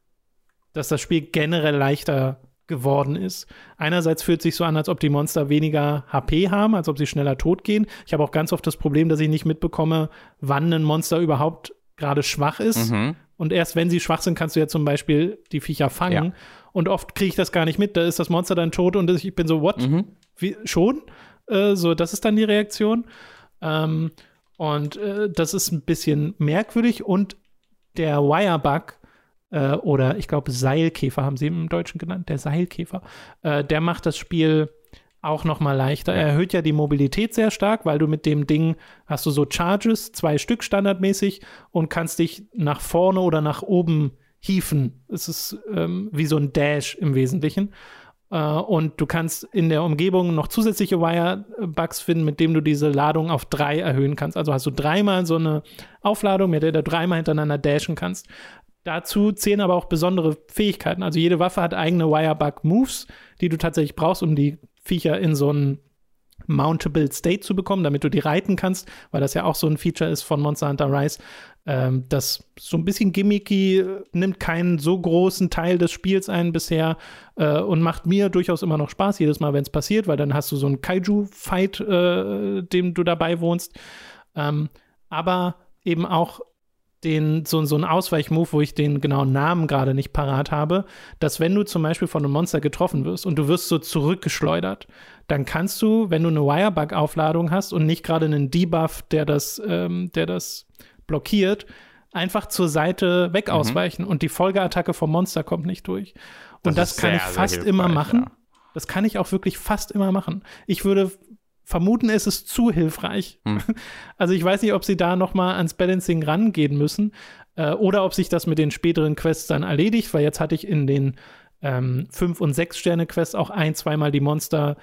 dass das Spiel generell leichter geworden ist. Einerseits fühlt es sich so an, als ob die Monster weniger H P haben, als ob sie schneller tot gehen. Ich habe auch ganz oft das Problem, dass ich nicht mitbekomme, wann ein Monster überhaupt gerade schwach ist. Mhm. Und erst wenn sie schwach sind, kannst du ja zum Beispiel die Viecher fangen. Ja. Und oft kriege ich das gar nicht mit. Da ist das Monster dann tot und ich bin so, what? Mhm. Wie, schon? Äh, so, das ist dann die Reaktion. Ähm, und äh, das ist ein bisschen merkwürdig. Und der Wirebug, äh, oder ich glaube Seilkäfer haben sie im Deutschen genannt, der Seilkäfer, äh, der macht das Spiel auch noch mal leichter. Er erhöht ja die Mobilität sehr stark, weil du mit dem Ding hast du so Charges, zwei Stück standardmäßig und kannst dich nach vorne oder nach oben hieven. Es ist ähm, wie so ein Dash im Wesentlichen. Äh, und du kannst in der Umgebung noch zusätzliche Wirebugs finden, mit denen du diese Ladung auf drei erhöhen kannst. Also hast du dreimal so eine Aufladung, mit der du dreimal hintereinander dashen kannst. Dazu zählen aber auch besondere Fähigkeiten. Also jede Waffe hat eigene Wirebug-Moves, die du tatsächlich brauchst, um die Viecher in so einen Mountable State zu bekommen, damit du die reiten kannst, weil das ja auch so ein Feature ist von Monster Hunter Rise. Ähm, das so ein bisschen gimmicky, nimmt keinen so großen Teil des Spiels ein bisher äh, und macht mir durchaus immer noch Spaß, jedes Mal, wenn es passiert, weil dann hast du so einen Kaiju-Fight, äh, dem du dabei wohnst. Ähm, aber eben auch den, so, so ein Ausweichmove, wo ich den genauen Namen gerade nicht parat habe, dass wenn du zum Beispiel von einem Monster getroffen wirst und du wirst so zurückgeschleudert, dann kannst du, wenn du eine Wirebug-Aufladung hast und nicht gerade einen Debuff, der das, ähm, der das blockiert, einfach zur Seite weg ausweichen mhm. und die Folgeattacke vom Monster kommt nicht durch. Und das, das kann sehr, ich fast immer machen. Ja. Das kann ich auch wirklich fast immer machen. Ich würde vermuten, es ist zu hilfreich. Hm. Also ich weiß nicht, ob sie da noch mal ans Balancing rangehen müssen äh, oder ob sich das mit den späteren Quests dann erledigt, weil jetzt hatte ich in den ähm, fünf- und sechs-Sterne-Quests auch ein-, zweimal die Monster,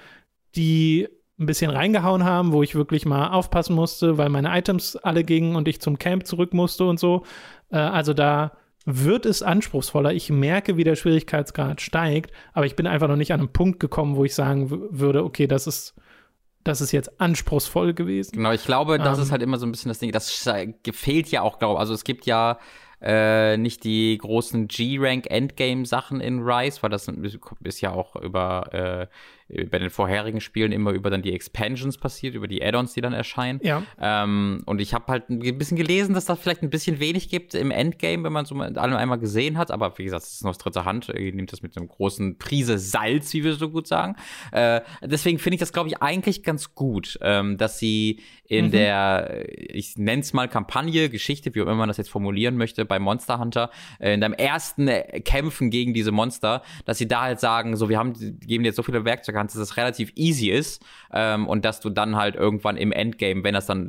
die ein bisschen reingehauen haben, wo ich wirklich mal aufpassen musste, weil meine Items alle gingen und ich zum Camp zurück musste und so. Äh, also da wird es anspruchsvoller. Ich merke, wie der Schwierigkeitsgrad steigt, aber ich bin einfach noch nicht an einen Punkt gekommen, wo ich sagen w- würde, okay, das ist Das ist jetzt anspruchsvoll gewesen. Genau, ich glaube, das um, ist halt immer so ein bisschen das Ding. Das fehlt ja auch, glaube ich. Also es gibt ja äh, nicht die großen G-Rank-Endgame-Sachen in Rise, weil das ist ja auch über äh, bei den vorherigen Spielen immer über dann die Expansions passiert, über die Add-ons, die dann erscheinen. Ja. Ähm, und ich habe halt ein bisschen gelesen, dass das vielleicht ein bisschen wenig gibt im Endgame, wenn man so alle einmal gesehen hat. Aber wie gesagt, das ist nur aus dritter Hand. Ihr nehmt das mit einem großen Prise Salz, wie wir so gut sagen. Äh, deswegen finde ich das, glaube ich, eigentlich ganz gut, ähm, dass sie in mhm. der, ich nenne es mal Kampagne, Geschichte, wie auch immer man das jetzt formulieren möchte, bei Monster Hunter, äh, in deinem ersten äh, Kämpfen gegen diese Monster, dass sie da halt sagen, so, wir haben, geben dir jetzt so viele Werkzeuge, dass es relativ easy ist ähm, und dass du dann halt irgendwann im Endgame, wenn das dann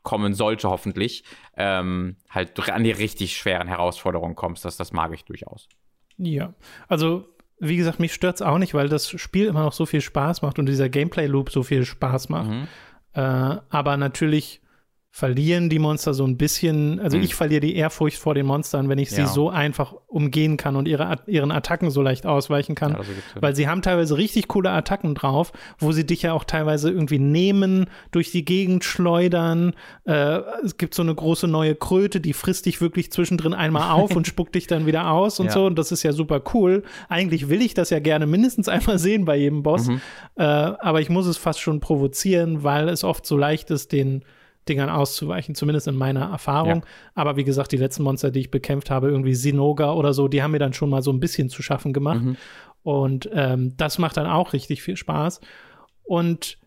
kommen sollte, hoffentlich, ähm, halt an die richtig schweren Herausforderungen kommst. Das, das mag ich durchaus. Ja, also wie gesagt, mich stört es auch nicht, weil das Spiel immer noch so viel Spaß macht und dieser Gameplay-Loop so viel Spaß macht. Mhm. Äh, aber natürlich verlieren die Monster so ein bisschen, also mhm. ich verliere die Ehrfurcht vor den Monstern, wenn ich sie ja. so einfach umgehen kann und ihre, ihren Attacken so leicht ausweichen kann, ja, weil sie haben teilweise richtig coole Attacken drauf, wo sie dich ja auch teilweise irgendwie nehmen, durch die Gegend schleudern, äh, es gibt so eine große neue Kröte, die frisst dich wirklich zwischendrin einmal auf und spuckt dich dann wieder aus und ja. so, und das ist ja super cool. Eigentlich will ich das ja gerne mindestens einmal sehen bei jedem Boss, mhm. äh, aber ich muss es fast schon provozieren, weil es oft so leicht ist, den Dingern auszuweichen, zumindest in meiner Erfahrung. Ja. Aber wie gesagt, die letzten Monster, die ich bekämpft habe, irgendwie Sinoga oder so, die haben mir dann schon mal so ein bisschen zu schaffen gemacht. Mhm. Und ähm, das macht dann auch richtig viel Spaß. Und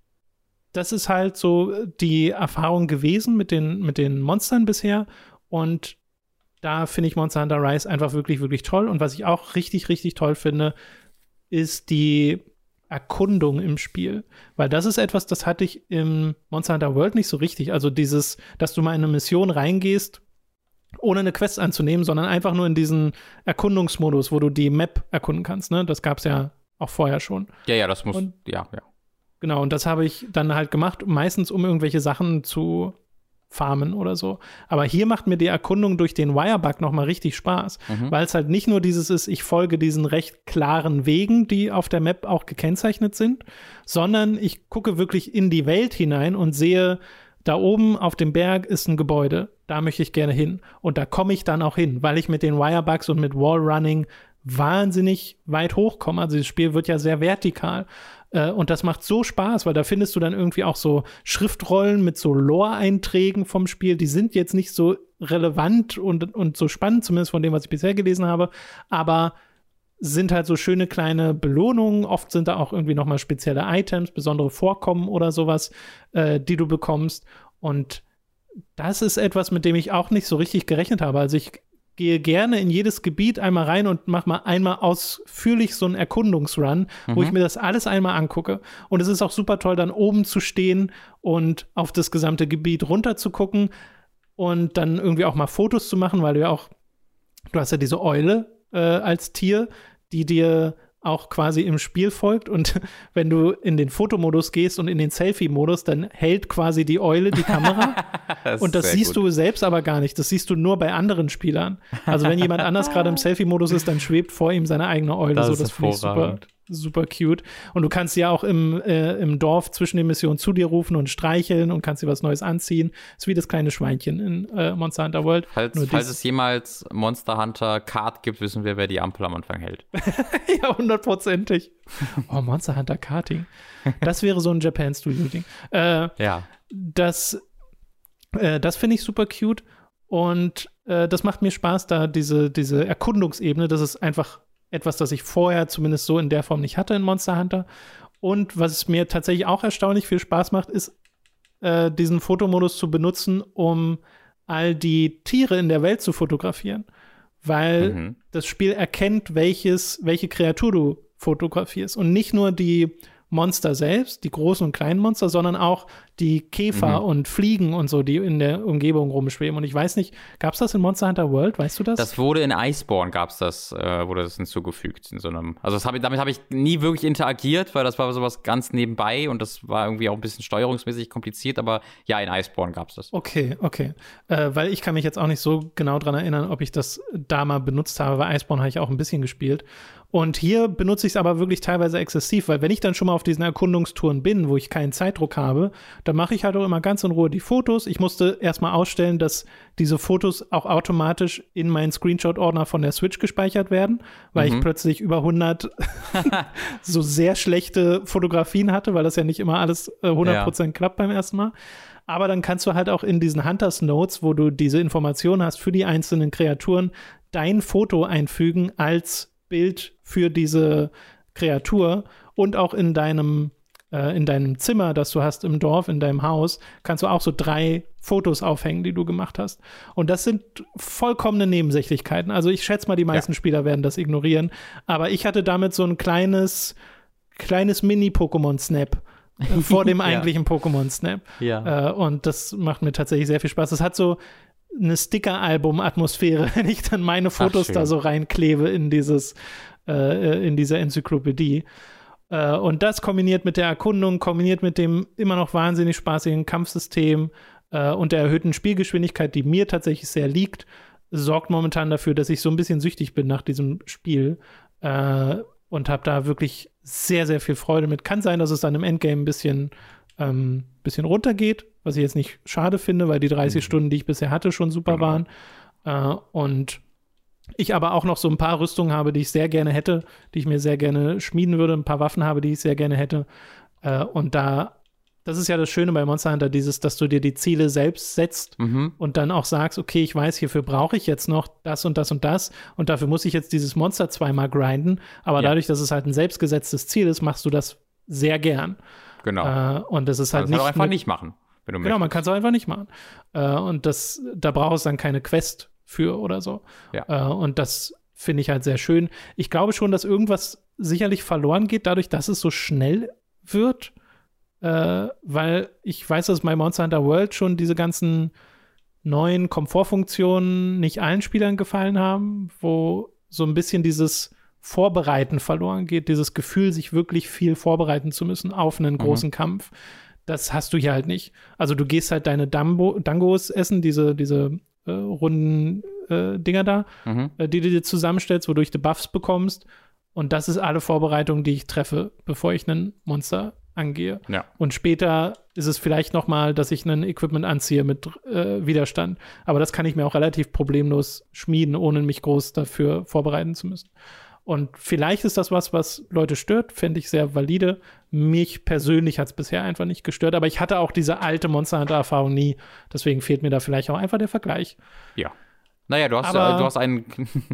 das ist halt so die Erfahrung gewesen mit den, mit den Monstern bisher. Und da finde ich Monster Hunter Rise einfach wirklich, wirklich toll. Und was ich auch richtig, richtig toll finde, ist die Erkundung im Spiel, weil das ist etwas, das hatte ich im Monster Hunter World nicht so richtig, also dieses, dass du mal in eine Mission reingehst, ohne eine Quest anzunehmen, sondern einfach nur in diesen Erkundungsmodus, wo du die Map erkunden kannst, ne, das gab's ja auch vorher schon. Ja, ja, das muss, und, ja, ja. Genau, und das habe ich dann halt gemacht, meistens um irgendwelche Sachen zu farmen oder so. Aber hier macht mir die Erkundung durch den Wirebug nochmal richtig Spaß, mhm. weil es halt nicht nur dieses ist, ich folge diesen recht klaren Wegen, die auf der Map auch gekennzeichnet sind, sondern ich gucke wirklich in die Welt hinein und sehe, da oben auf dem Berg ist ein Gebäude, da möchte ich gerne hin. Und da komme ich dann auch hin, weil ich mit den Wirebugs und mit Wallrunning wahnsinnig weit hochkomme. Also das Spiel wird ja sehr vertikal. Und das macht so Spaß, weil da findest du dann irgendwie auch so Schriftrollen mit so Lore-Einträgen vom Spiel. Die sind jetzt nicht so relevant und, und so spannend, zumindest von dem, was ich bisher gelesen habe, aber sind halt so schöne kleine Belohnungen. Oft sind da auch irgendwie nochmal spezielle Items, besondere Vorkommen oder sowas, äh, die du bekommst. Und das ist etwas, mit dem ich auch nicht so richtig gerechnet habe. Also ich gehe gerne in jedes Gebiet einmal rein und mache mal einmal ausführlich so einen Erkundungsrun, mhm. wo ich mir das alles einmal angucke. Und es ist auch super toll, dann oben zu stehen und auf das gesamte Gebiet runter zu gucken und dann irgendwie auch mal Fotos zu machen, weil du ja auch, du hast ja diese Eule äh, als Tier, die dir auch quasi im Spiel folgt, und wenn du in den Fotomodus gehst und in den Selfie-Modus, dann hält quasi die Eule die Kamera das und das siehst gut. du selbst aber gar nicht, das siehst du nur bei anderen Spielern. Also wenn jemand anders gerade im Selfie-Modus ist, dann schwebt vor ihm seine eigene Eule, das so, das finde ich super, super cute. Und du kannst sie ja auch im, äh, im Dorf zwischen den Missionen zu dir rufen und streicheln und kannst dir was Neues anziehen. Ist wie das kleine Schweinchen in äh, Monster Hunter World. Falls, falls es jemals Monster Hunter Kart gibt, wissen wir, wer die Ampel am Anfang hält. Ja, hundertprozentig. Oh, Monster Hunter Karting. Das wäre so ein Japan-Studio-Ding. Äh, ja. Das, äh, das finde ich super cute und äh, das macht mir Spaß, da diese, diese Erkundungsebene, das ist einfach etwas, das ich vorher zumindest so in der Form nicht hatte in Monster Hunter. Und was mir tatsächlich auch erstaunlich viel Spaß macht, ist, äh, diesen Fotomodus zu benutzen, um all die Tiere in der Welt zu fotografieren. Weil mhm. das Spiel erkennt, welches, welche Kreatur du fotografierst. Und nicht nur die Monster selbst, die großen und kleinen Monster, sondern auch die Käfer mhm. und Fliegen und so, die in der Umgebung rumschweben. Und ich weiß nicht, gab es das in Monster Hunter World? Weißt du das? Das wurde in Iceborne, gab es das, äh, wurde das hinzugefügt in so einem, also das hab ich, damit habe ich nie wirklich interagiert, weil das war sowas ganz nebenbei und das war irgendwie auch ein bisschen steuerungsmäßig kompliziert, aber ja, in Iceborne gab es das. Okay, okay. Äh, weil ich kann mich jetzt auch nicht so genau dran erinnern, ob ich das da mal benutzt habe, weil Iceborne habe ich auch ein bisschen gespielt. Und hier benutze ich es aber wirklich teilweise exzessiv, weil wenn ich dann schon mal auf diesen Erkundungstouren bin, wo ich keinen Zeitdruck habe, dann mache ich halt auch immer ganz in Ruhe die Fotos. Ich musste erstmal ausstellen, dass diese Fotos auch automatisch in meinen Screenshot-Ordner von der Switch gespeichert werden, weil mhm. ich plötzlich über hundert so sehr schlechte Fotografien hatte, weil das ja nicht immer alles äh, hundert Prozent ja. klappt beim ersten Mal. Aber dann kannst du halt auch in diesen Hunters Notes, wo du diese Informationen hast für die einzelnen Kreaturen, dein Foto einfügen als Bild für diese Kreatur, und auch in deinem äh, in deinem Zimmer, das du hast im Dorf, in deinem Haus, kannst du auch so drei Fotos aufhängen, die du gemacht hast. Und das sind vollkommene Nebensächlichkeiten. Also ich schätze mal, die meisten ja. Spieler werden das ignorieren. Aber ich hatte damit so ein kleines, kleines Mini-Pokémon-Snap, äh, vor dem eigentlichen ja. Pokémon Snap. Ja. Äh, und das macht mir tatsächlich sehr viel Spaß. Es hat so eine Sticker-Album-Atmosphäre, wenn ich dann meine Fotos da so reinklebe in dieses, äh, in diese Enzyklopädie. Äh, und das kombiniert mit der Erkundung, kombiniert mit dem immer noch wahnsinnig spaßigen Kampfsystem äh, und der erhöhten Spielgeschwindigkeit, die mir tatsächlich sehr liegt, sorgt momentan dafür, dass ich so ein bisschen süchtig bin nach diesem Spiel äh, und habe da wirklich sehr, sehr viel Freude mit. Kann sein, dass es dann im Endgame ein bisschen, ähm, bisschen runtergeht, was ich jetzt nicht schade finde, weil die dreißig mhm. Stunden, die ich bisher hatte, schon super genau. waren. Äh, und ich aber auch noch so ein paar Rüstungen habe, die ich sehr gerne hätte, die ich mir sehr gerne schmieden würde, ein paar Waffen habe, die ich sehr gerne hätte. Äh, und da, das ist ja das Schöne bei Monster Hunter, dieses, dass du dir die Ziele selbst setzt mhm. und dann auch sagst, okay, ich weiß, hierfür brauche ich jetzt noch das und das und das und dafür muss ich jetzt dieses Monster zweimal grinden, aber ja. dadurch, dass es halt ein selbstgesetztes Ziel ist, machst du das sehr gern. Genau. Äh, und das ist halt nicht... nicht... Man kann auch einfach nicht machen, wenn du Genau, möchtest. Man kann es auch einfach nicht machen. Äh, und das, da brauchst du dann keine Quest für oder so. Ja. Äh, und das finde ich halt sehr schön. Ich glaube schon, dass irgendwas sicherlich verloren geht, dadurch, dass es so schnell wird, äh, weil ich weiß, dass bei Monster Hunter World schon diese ganzen neuen Komfortfunktionen nicht allen Spielern gefallen haben, wo so ein bisschen dieses Vorbereiten verloren geht, dieses Gefühl, sich wirklich viel vorbereiten zu müssen auf einen großen mhm. Kampf. Das hast du hier halt nicht. Also du gehst halt deine Dambo, Dangos essen, diese, diese äh, runden äh, Dinger da, mhm. äh, die du dir zusammenstellst, wodurch du Buffs bekommst. Und das ist alle Vorbereitung, die ich treffe, bevor ich einen Monster angehe. Ja. Und später ist es vielleicht noch mal, dass ich ein Equipment anziehe mit äh, Widerstand. Aber das kann ich mir auch relativ problemlos schmieden, ohne mich groß dafür vorbereiten zu müssen. Und vielleicht ist das was, was Leute stört, fände ich sehr valide. Mich persönlich hat es bisher einfach nicht gestört, aber ich hatte auch diese alte Monster Hunter-Erfahrung nie. Deswegen fehlt mir da vielleicht auch einfach der Vergleich. Ja. Naja, du hast, aber, äh, du hast einen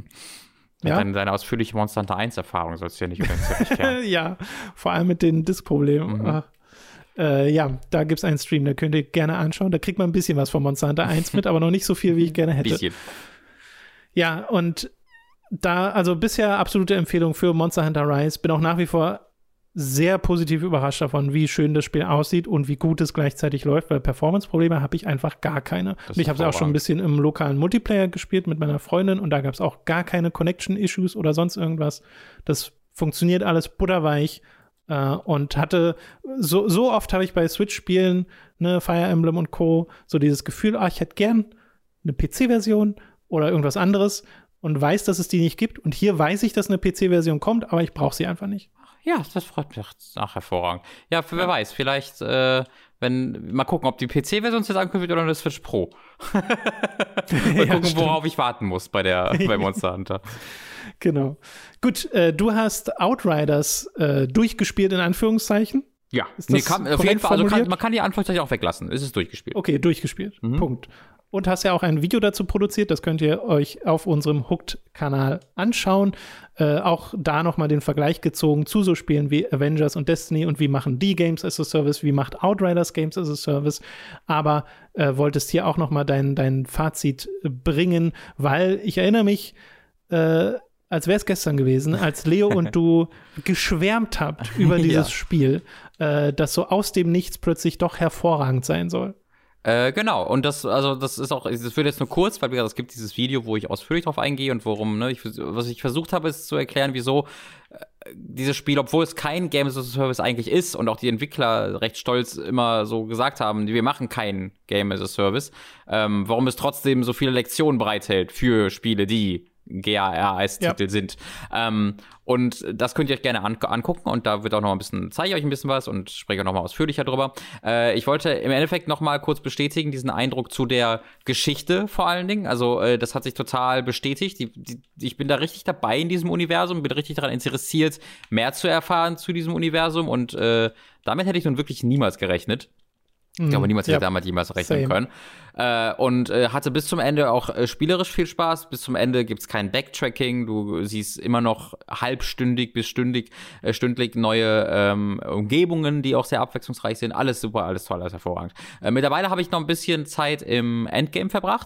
ja? deine, deine ausführliche Monster Hunter eins-Erfahrung sollst du ja nicht über den Teppich kehren. Ja, vor allem mit den Disk-Problemen. Mhm. Äh, ja, da gibt es einen Stream, da könnt ihr gerne anschauen. Da kriegt man ein bisschen was von Monster Hunter eins mit, aber noch nicht so viel, wie ich gerne hätte. Bisschen. Ja, und da, also bisher absolute Empfehlung für Monster Hunter Rise. Bin auch nach wie vor sehr positiv überrascht davon, wie schön das Spiel aussieht und wie gut es gleichzeitig läuft, weil Performance-Probleme habe ich einfach gar keine. Und ich habe es auch schon ein bisschen im lokalen Multiplayer gespielt mit meiner Freundin und da gab es auch gar keine Connection-Issues oder sonst irgendwas. Das funktioniert alles butterweich äh, und hatte, so, so oft habe ich bei Switch-Spielen, ne, Fire Emblem und Co., so dieses Gefühl, ah, ich hätte gern eine P C-Version oder irgendwas anderes und weiß, dass es die nicht gibt. Und hier weiß ich, dass eine P C-Version kommt, aber ich brauche sie einfach nicht. Ja, das freut mich auch hervorragend. Ja, wer ja. weiß, vielleicht, äh, wenn, mal gucken, ob die P C-Version jetzt angekündigt wird oder eine Switch Pro. Mal ja, gucken, stimmt. worauf ich warten muss bei, der, bei Monster Hunter. Genau. Gut, äh, du hast Outriders äh, durchgespielt, in Anführungszeichen. Ja, nee, kann, auf jeden Fall. Also kann, man kann die Anführungszeichen auch weglassen. Es ist durchgespielt. Okay, durchgespielt. Mhm. Punkt. Und hast ja auch ein Video dazu produziert, das könnt ihr euch auf unserem Hooked-Kanal anschauen. Äh, auch da nochmal den Vergleich gezogen zu so Spielen wie Avengers und Destiny und wie machen die Games as a Service, wie macht Outriders Games as a Service. Aber äh, wolltest hier auch nochmal dein, dein Fazit bringen, weil ich erinnere mich, äh, als wäre es gestern gewesen, als Leo und du geschwärmt habt über dieses ja. Spiel, äh, das so aus dem Nichts plötzlich doch hervorragend sein soll. Äh, genau, und das, also das ist auch, das wird jetzt nur kurz, weil wie gesagt, es gibt dieses Video, wo ich ausführlich drauf eingehe und worum, ne, ich, was ich versucht habe, ist zu erklären, wieso äh, dieses Spiel, obwohl es kein Game as a Service eigentlich ist und auch die Entwickler recht stolz immer so gesagt haben, wir machen kein Game as a Service, ähm, warum es trotzdem so viele Lektionen bereithält für Spiele, die G A R als Titel ja. sind. Ähm, und das könnt ihr euch gerne an- angucken und da wird auch noch ein bisschen, zeige ich euch ein bisschen was und spreche auch noch mal ausführlicher drüber. Äh, ich wollte im Endeffekt noch mal kurz bestätigen, diesen Eindruck zu der Geschichte vor allen Dingen. Also äh, das hat sich total bestätigt. Die, die, ich bin da richtig dabei in diesem Universum, bin richtig daran interessiert, mehr zu erfahren zu diesem Universum und äh, damit hätte ich nun wirklich niemals gerechnet. Ich glaube, niemals hätte ja. damals jemals rechnen Same. können. Äh, und äh, hatte bis zum Ende auch äh, spielerisch viel Spaß. Bis zum Ende gibt's kein Backtracking. Du siehst immer noch halbstündig bis stündig, äh, stündlich neue ähm, Umgebungen, die auch sehr abwechslungsreich sind. Alles super, alles toll, alles hervorragend. Äh, mittlerweile habe ich noch ein bisschen Zeit im Endgame verbracht.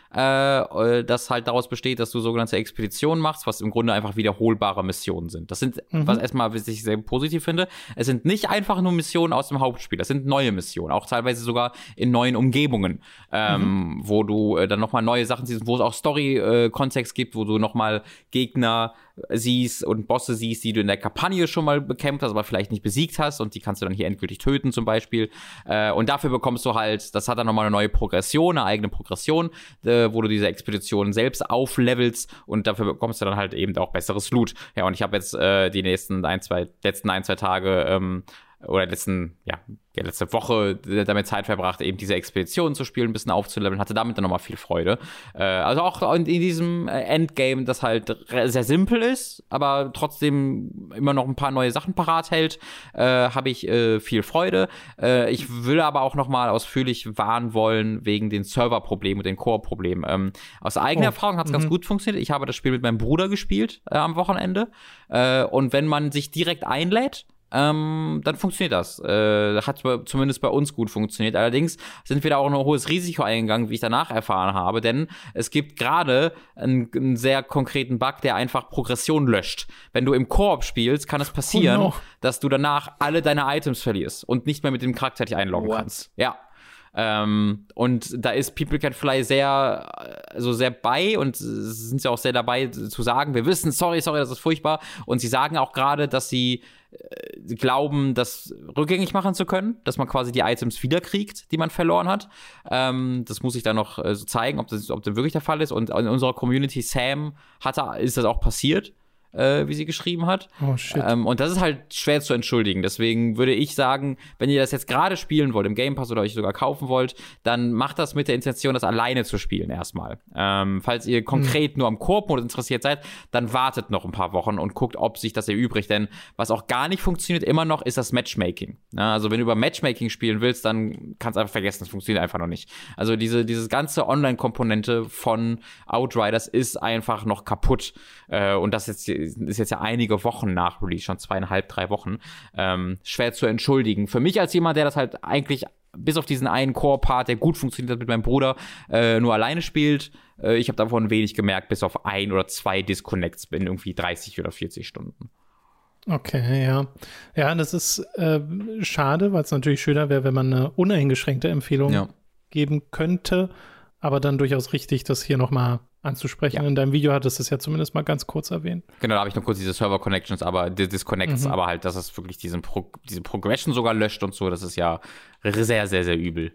äh, das halt daraus besteht, dass du sogenannte Expeditionen machst, was im Grunde einfach wiederholbare Missionen sind. Das sind, mhm. was erstmal, was ich sehr positiv finde, es sind nicht einfach nur Missionen aus dem Hauptspiel, das sind neue Missionen, auch teilweise sogar in neuen Umgebungen, ähm, mhm. wo du äh, dann nochmal neue Sachen siehst, wo es auch Story-Kontext äh, gibt, wo du nochmal Gegner siehst und Bosse siehst, die du in der Kampagne schon mal bekämpft hast, aber vielleicht nicht besiegt hast und die kannst du dann hier endgültig töten zum Beispiel. Äh, und dafür bekommst du halt, das hat dann nochmal eine neue Progression, eine eigene Progression, äh, wo du diese Expedition selbst auflevelst und dafür bekommst du dann halt eben auch besseres Loot. Ja, und ich habe jetzt äh, die nächsten ein, zwei, letzten ein, zwei Tage ähm, oder letzten, ja, letzte Woche damit Zeit verbracht, eben diese Expedition zu spielen, ein bisschen aufzuleveln, hatte damit dann nochmal viel Freude. Äh, also auch in, in diesem Endgame, das halt sehr simpel ist, aber trotzdem immer noch ein paar neue Sachen parat hält, äh, habe ich äh, viel Freude. Äh, ich will aber auch nochmal ausführlich warnen wollen wegen den Serverproblemen und den Core-Problemen. Ähm, aus eigener oh. Erfahrung hat es mhm. ganz gut funktioniert. Ich habe das Spiel mit meinem Bruder gespielt äh, am Wochenende. Äh, und wenn man sich direkt einlädt, Ähm, dann funktioniert das. Äh, hat zumindest bei uns gut funktioniert. Allerdings sind wir da auch ein hohes Risiko eingegangen, wie ich danach erfahren habe, denn es gibt gerade einen, einen sehr konkreten Bug, der einfach Progression löscht. Wenn du im Koop spielst, kann es passieren, oh no. dass du danach alle deine Items verlierst und nicht mehr mit dem Charakter dich einloggen What? kannst. Ja. Ähm, und da ist People Can Fly sehr, also sehr bei und sind ja auch sehr dabei zu sagen, wir wissen, sorry, sorry, das ist furchtbar. Und sie sagen auch gerade, dass sie äh, glauben, das rückgängig machen zu können, dass man quasi die Items wiederkriegt, die man verloren hat. Ähm, das muss ich dann noch äh, so zeigen, ob das, ob das wirklich der Fall ist. Und in unserer Community, Sam, hatte, ist das auch passiert. Äh, wie sie geschrieben hat. Oh, shit. Ähm, und das ist halt schwer zu entschuldigen. Deswegen würde ich sagen, wenn ihr das jetzt gerade spielen wollt, im Game Pass oder euch sogar kaufen wollt, dann macht das mit der Intention, das alleine zu spielen erstmal. Ähm, falls ihr konkret hm. nur am Koop-Modus interessiert seid, dann wartet noch ein paar Wochen und guckt, ob sich das erübrigt. Denn was auch gar nicht funktioniert immer noch, ist das Matchmaking. Ja, also wenn du über Matchmaking spielen willst, dann kannst du einfach vergessen, das funktioniert einfach noch nicht. Also diese dieses ganze Online-Komponente von Outriders ist einfach noch kaputt. Äh, und das jetzt ist jetzt ja einige Wochen nach Release, schon zweieinhalb, drei Wochen, ähm, schwer zu entschuldigen. Für mich als jemand, der das halt eigentlich bis auf diesen einen Core-Part, der gut funktioniert hat mit meinem Bruder, äh, nur alleine spielt, äh, ich habe davon wenig gemerkt, bis auf ein oder zwei Disconnects in irgendwie dreißig oder vierzig Stunden. Okay, ja. Ja, das ist äh, schade, weil es natürlich schöner wäre, wenn man eine uneingeschränkte Empfehlung ja. geben könnte, aber dann durchaus richtig, das hier nochmal anzusprechen. Ja. In deinem Video hattest du es ja zumindest mal ganz kurz erwähnt. Genau, da habe ich noch kurz diese Server-Connections, aber die Disconnects, mhm. aber halt, dass es wirklich diesen Pro- diese Progression sogar löscht und so, das ist ja sehr, sehr, sehr übel.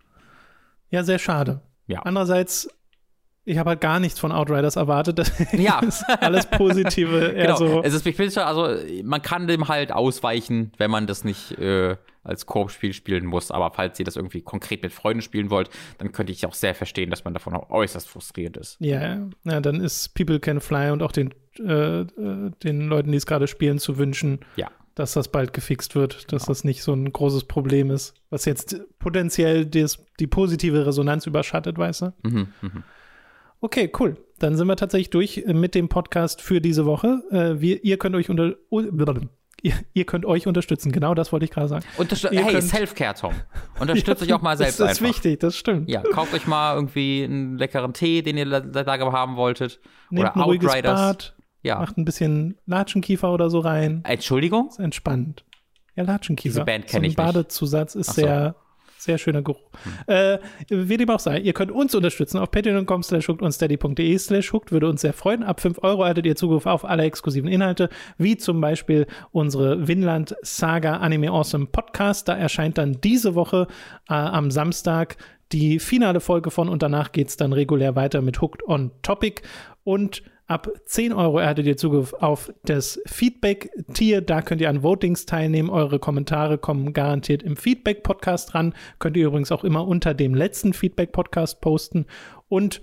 Ja, sehr schade. Ja. Andererseits, ich habe halt gar nichts von Outriders erwartet. Das ja. ist alles Positive. Genau. So. Es ist, ich finde, also man kann dem halt ausweichen, wenn man das nicht äh, als Koop-Spiel spielen muss. Aber falls ihr das irgendwie konkret mit Freunden spielen wollt, dann könnte ich auch sehr verstehen, dass man davon auch äußerst frustriert ist. Ja, ja, dann ist People Can Fly und auch den, äh, den Leuten, die es gerade spielen, zu wünschen, ja. dass das bald gefixt wird, dass genau. das nicht so ein großes Problem ist, was jetzt potenziell des, die positive Resonanz überschattet, weißt du? Mhm, mhm. Okay, cool. Dann sind wir tatsächlich durch mit dem Podcast für diese Woche. Äh, wir, ihr könnt euch unter ihr, ihr könnt euch unterstützen. Genau das wollte ich gerade sagen. Unterst- hey, könnt- Self-Care, Tom. Unterstützt ja, euch auch mal selbst einfach. Das ist einfach. wichtig, das stimmt. Ja, kauft euch mal irgendwie einen leckeren Tee, den ihr seit Tagen haben wolltet. Nehmt oder ein ruhiges Outriders. Bad, ja. Macht ein bisschen Latschenkiefer oder so rein. Entschuldigung? Das ist entspannt. Ja, Latschenkiefer. Diese Band kenne so ich nicht. Ein Badezusatz ist so. sehr... Sehr schöner Geruch. Hm. Äh, wie dem auch sei, ihr könnt uns unterstützen auf patreon punkt com slash hooked und steady punkt de slash hooked. Würde uns sehr freuen. Ab fünf Euro erhaltet ihr Zugriff auf alle exklusiven Inhalte, wie zum Beispiel unsere Vinland Saga Anime Awesome Podcast. Da erscheint dann diese Woche äh, am Samstag die finale Folge von und danach geht es dann regulär weiter mit Hooked on Topic. Und ab zehn Euro erhaltet ihr Zugriff auf das Feedback-Tier. Da könnt ihr an Votings teilnehmen. Eure Kommentare kommen garantiert im Feedback-Podcast ran. Könnt ihr übrigens auch immer unter dem letzten Feedback-Podcast posten. Und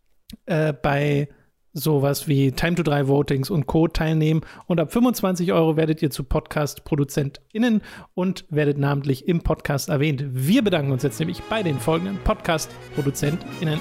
äh, bei sowas wie Time to drei Votings und Co. teilnehmen. Und ab fünfundzwanzig Euro werdet ihr zu Podcast-ProduzentInnen und werdet namentlich im Podcast erwähnt. Wir bedanken uns jetzt nämlich bei den folgenden Podcast-ProduzentInnen.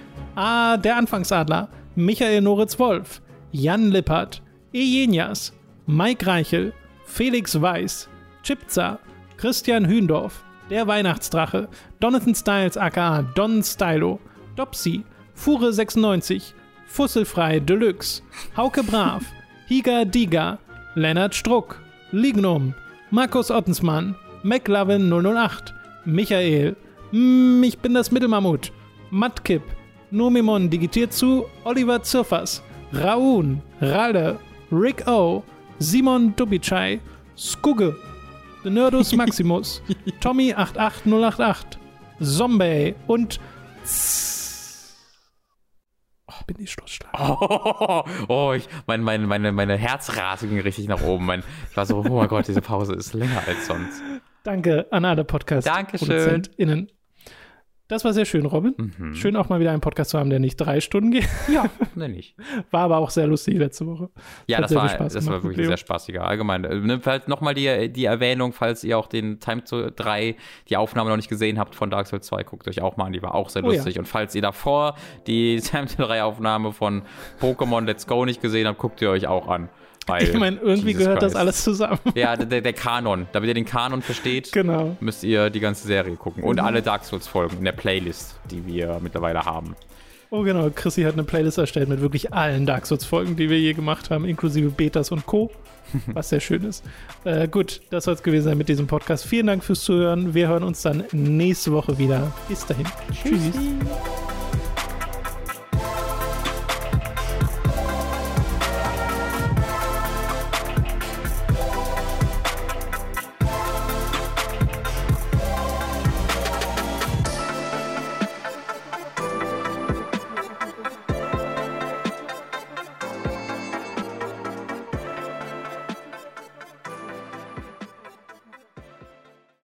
Ah, der Anfangsadler, Michael Noritz-Wolf, Jan Lippert, Ejenias, Mike Reichel, Felix Weiß, Chipza, Christian Hühndorf, der Weihnachtsdrache, Donathan Styles aka Don Stylo, Dopsy, Fure sechsundneunzig, Fusselfrei Deluxe, Hauke Brav, Higa Diga, Lennart Struck, Lignum, Markus Ottensmann, McLovin null null acht, Michael, mm, ich bin das Mittelmammut, Mattkipp, Nomimon digitiert zu, Oliver Zirfers, Raun, Ralle, Rick O, Simon Dubicai, Skugge, The Nerdus Maximus, Tommy acht acht null acht acht, Zombie und oh, bin ich Schlussschlag. Oh, oh ich, mein, mein, meine, meine Herzrate ging richtig nach oben. Mein, ich war so, oh mein Gott, diese Pause ist länger als sonst. Danke an alle Podcast-ProduzentInnen. Das war sehr schön, Robin. Mhm. Schön auch mal wieder einen Podcast zu haben, der nicht drei Stunden geht. Ja, ne nicht. War aber auch sehr lustig letzte Woche. Ja, das war, das war wirklich Leo. Sehr spaßiger. Allgemein. Ne, halt nochmal die, die Erwähnung, falls ihr auch den Time to drei, die Aufnahme noch nicht gesehen habt von Dark Souls zwei, guckt euch auch mal an, die war auch sehr lustig. Oh ja. Und falls ihr davor die Time to drei Aufnahme von Pokémon Let's Go nicht gesehen habt, guckt ihr euch auch an. Weil, ich meine, irgendwie Jesus gehört Christ. Das alles zusammen. Ja, der, der Kanon. Damit ihr den Kanon versteht, genau. müsst ihr die ganze Serie gucken. Und mhm. alle Dark Souls-Folgen in der Playlist, die wir mittlerweile haben. Oh genau, Chrissy hat eine Playlist erstellt mit wirklich allen Dark Souls-Folgen, die wir je gemacht haben, inklusive Betas und Co., was sehr schön ist. Äh, gut, das soll es gewesen sein mit diesem Podcast. Vielen Dank fürs Zuhören. Wir hören uns dann nächste Woche wieder. Bis dahin. Tschüss. Tschüssi.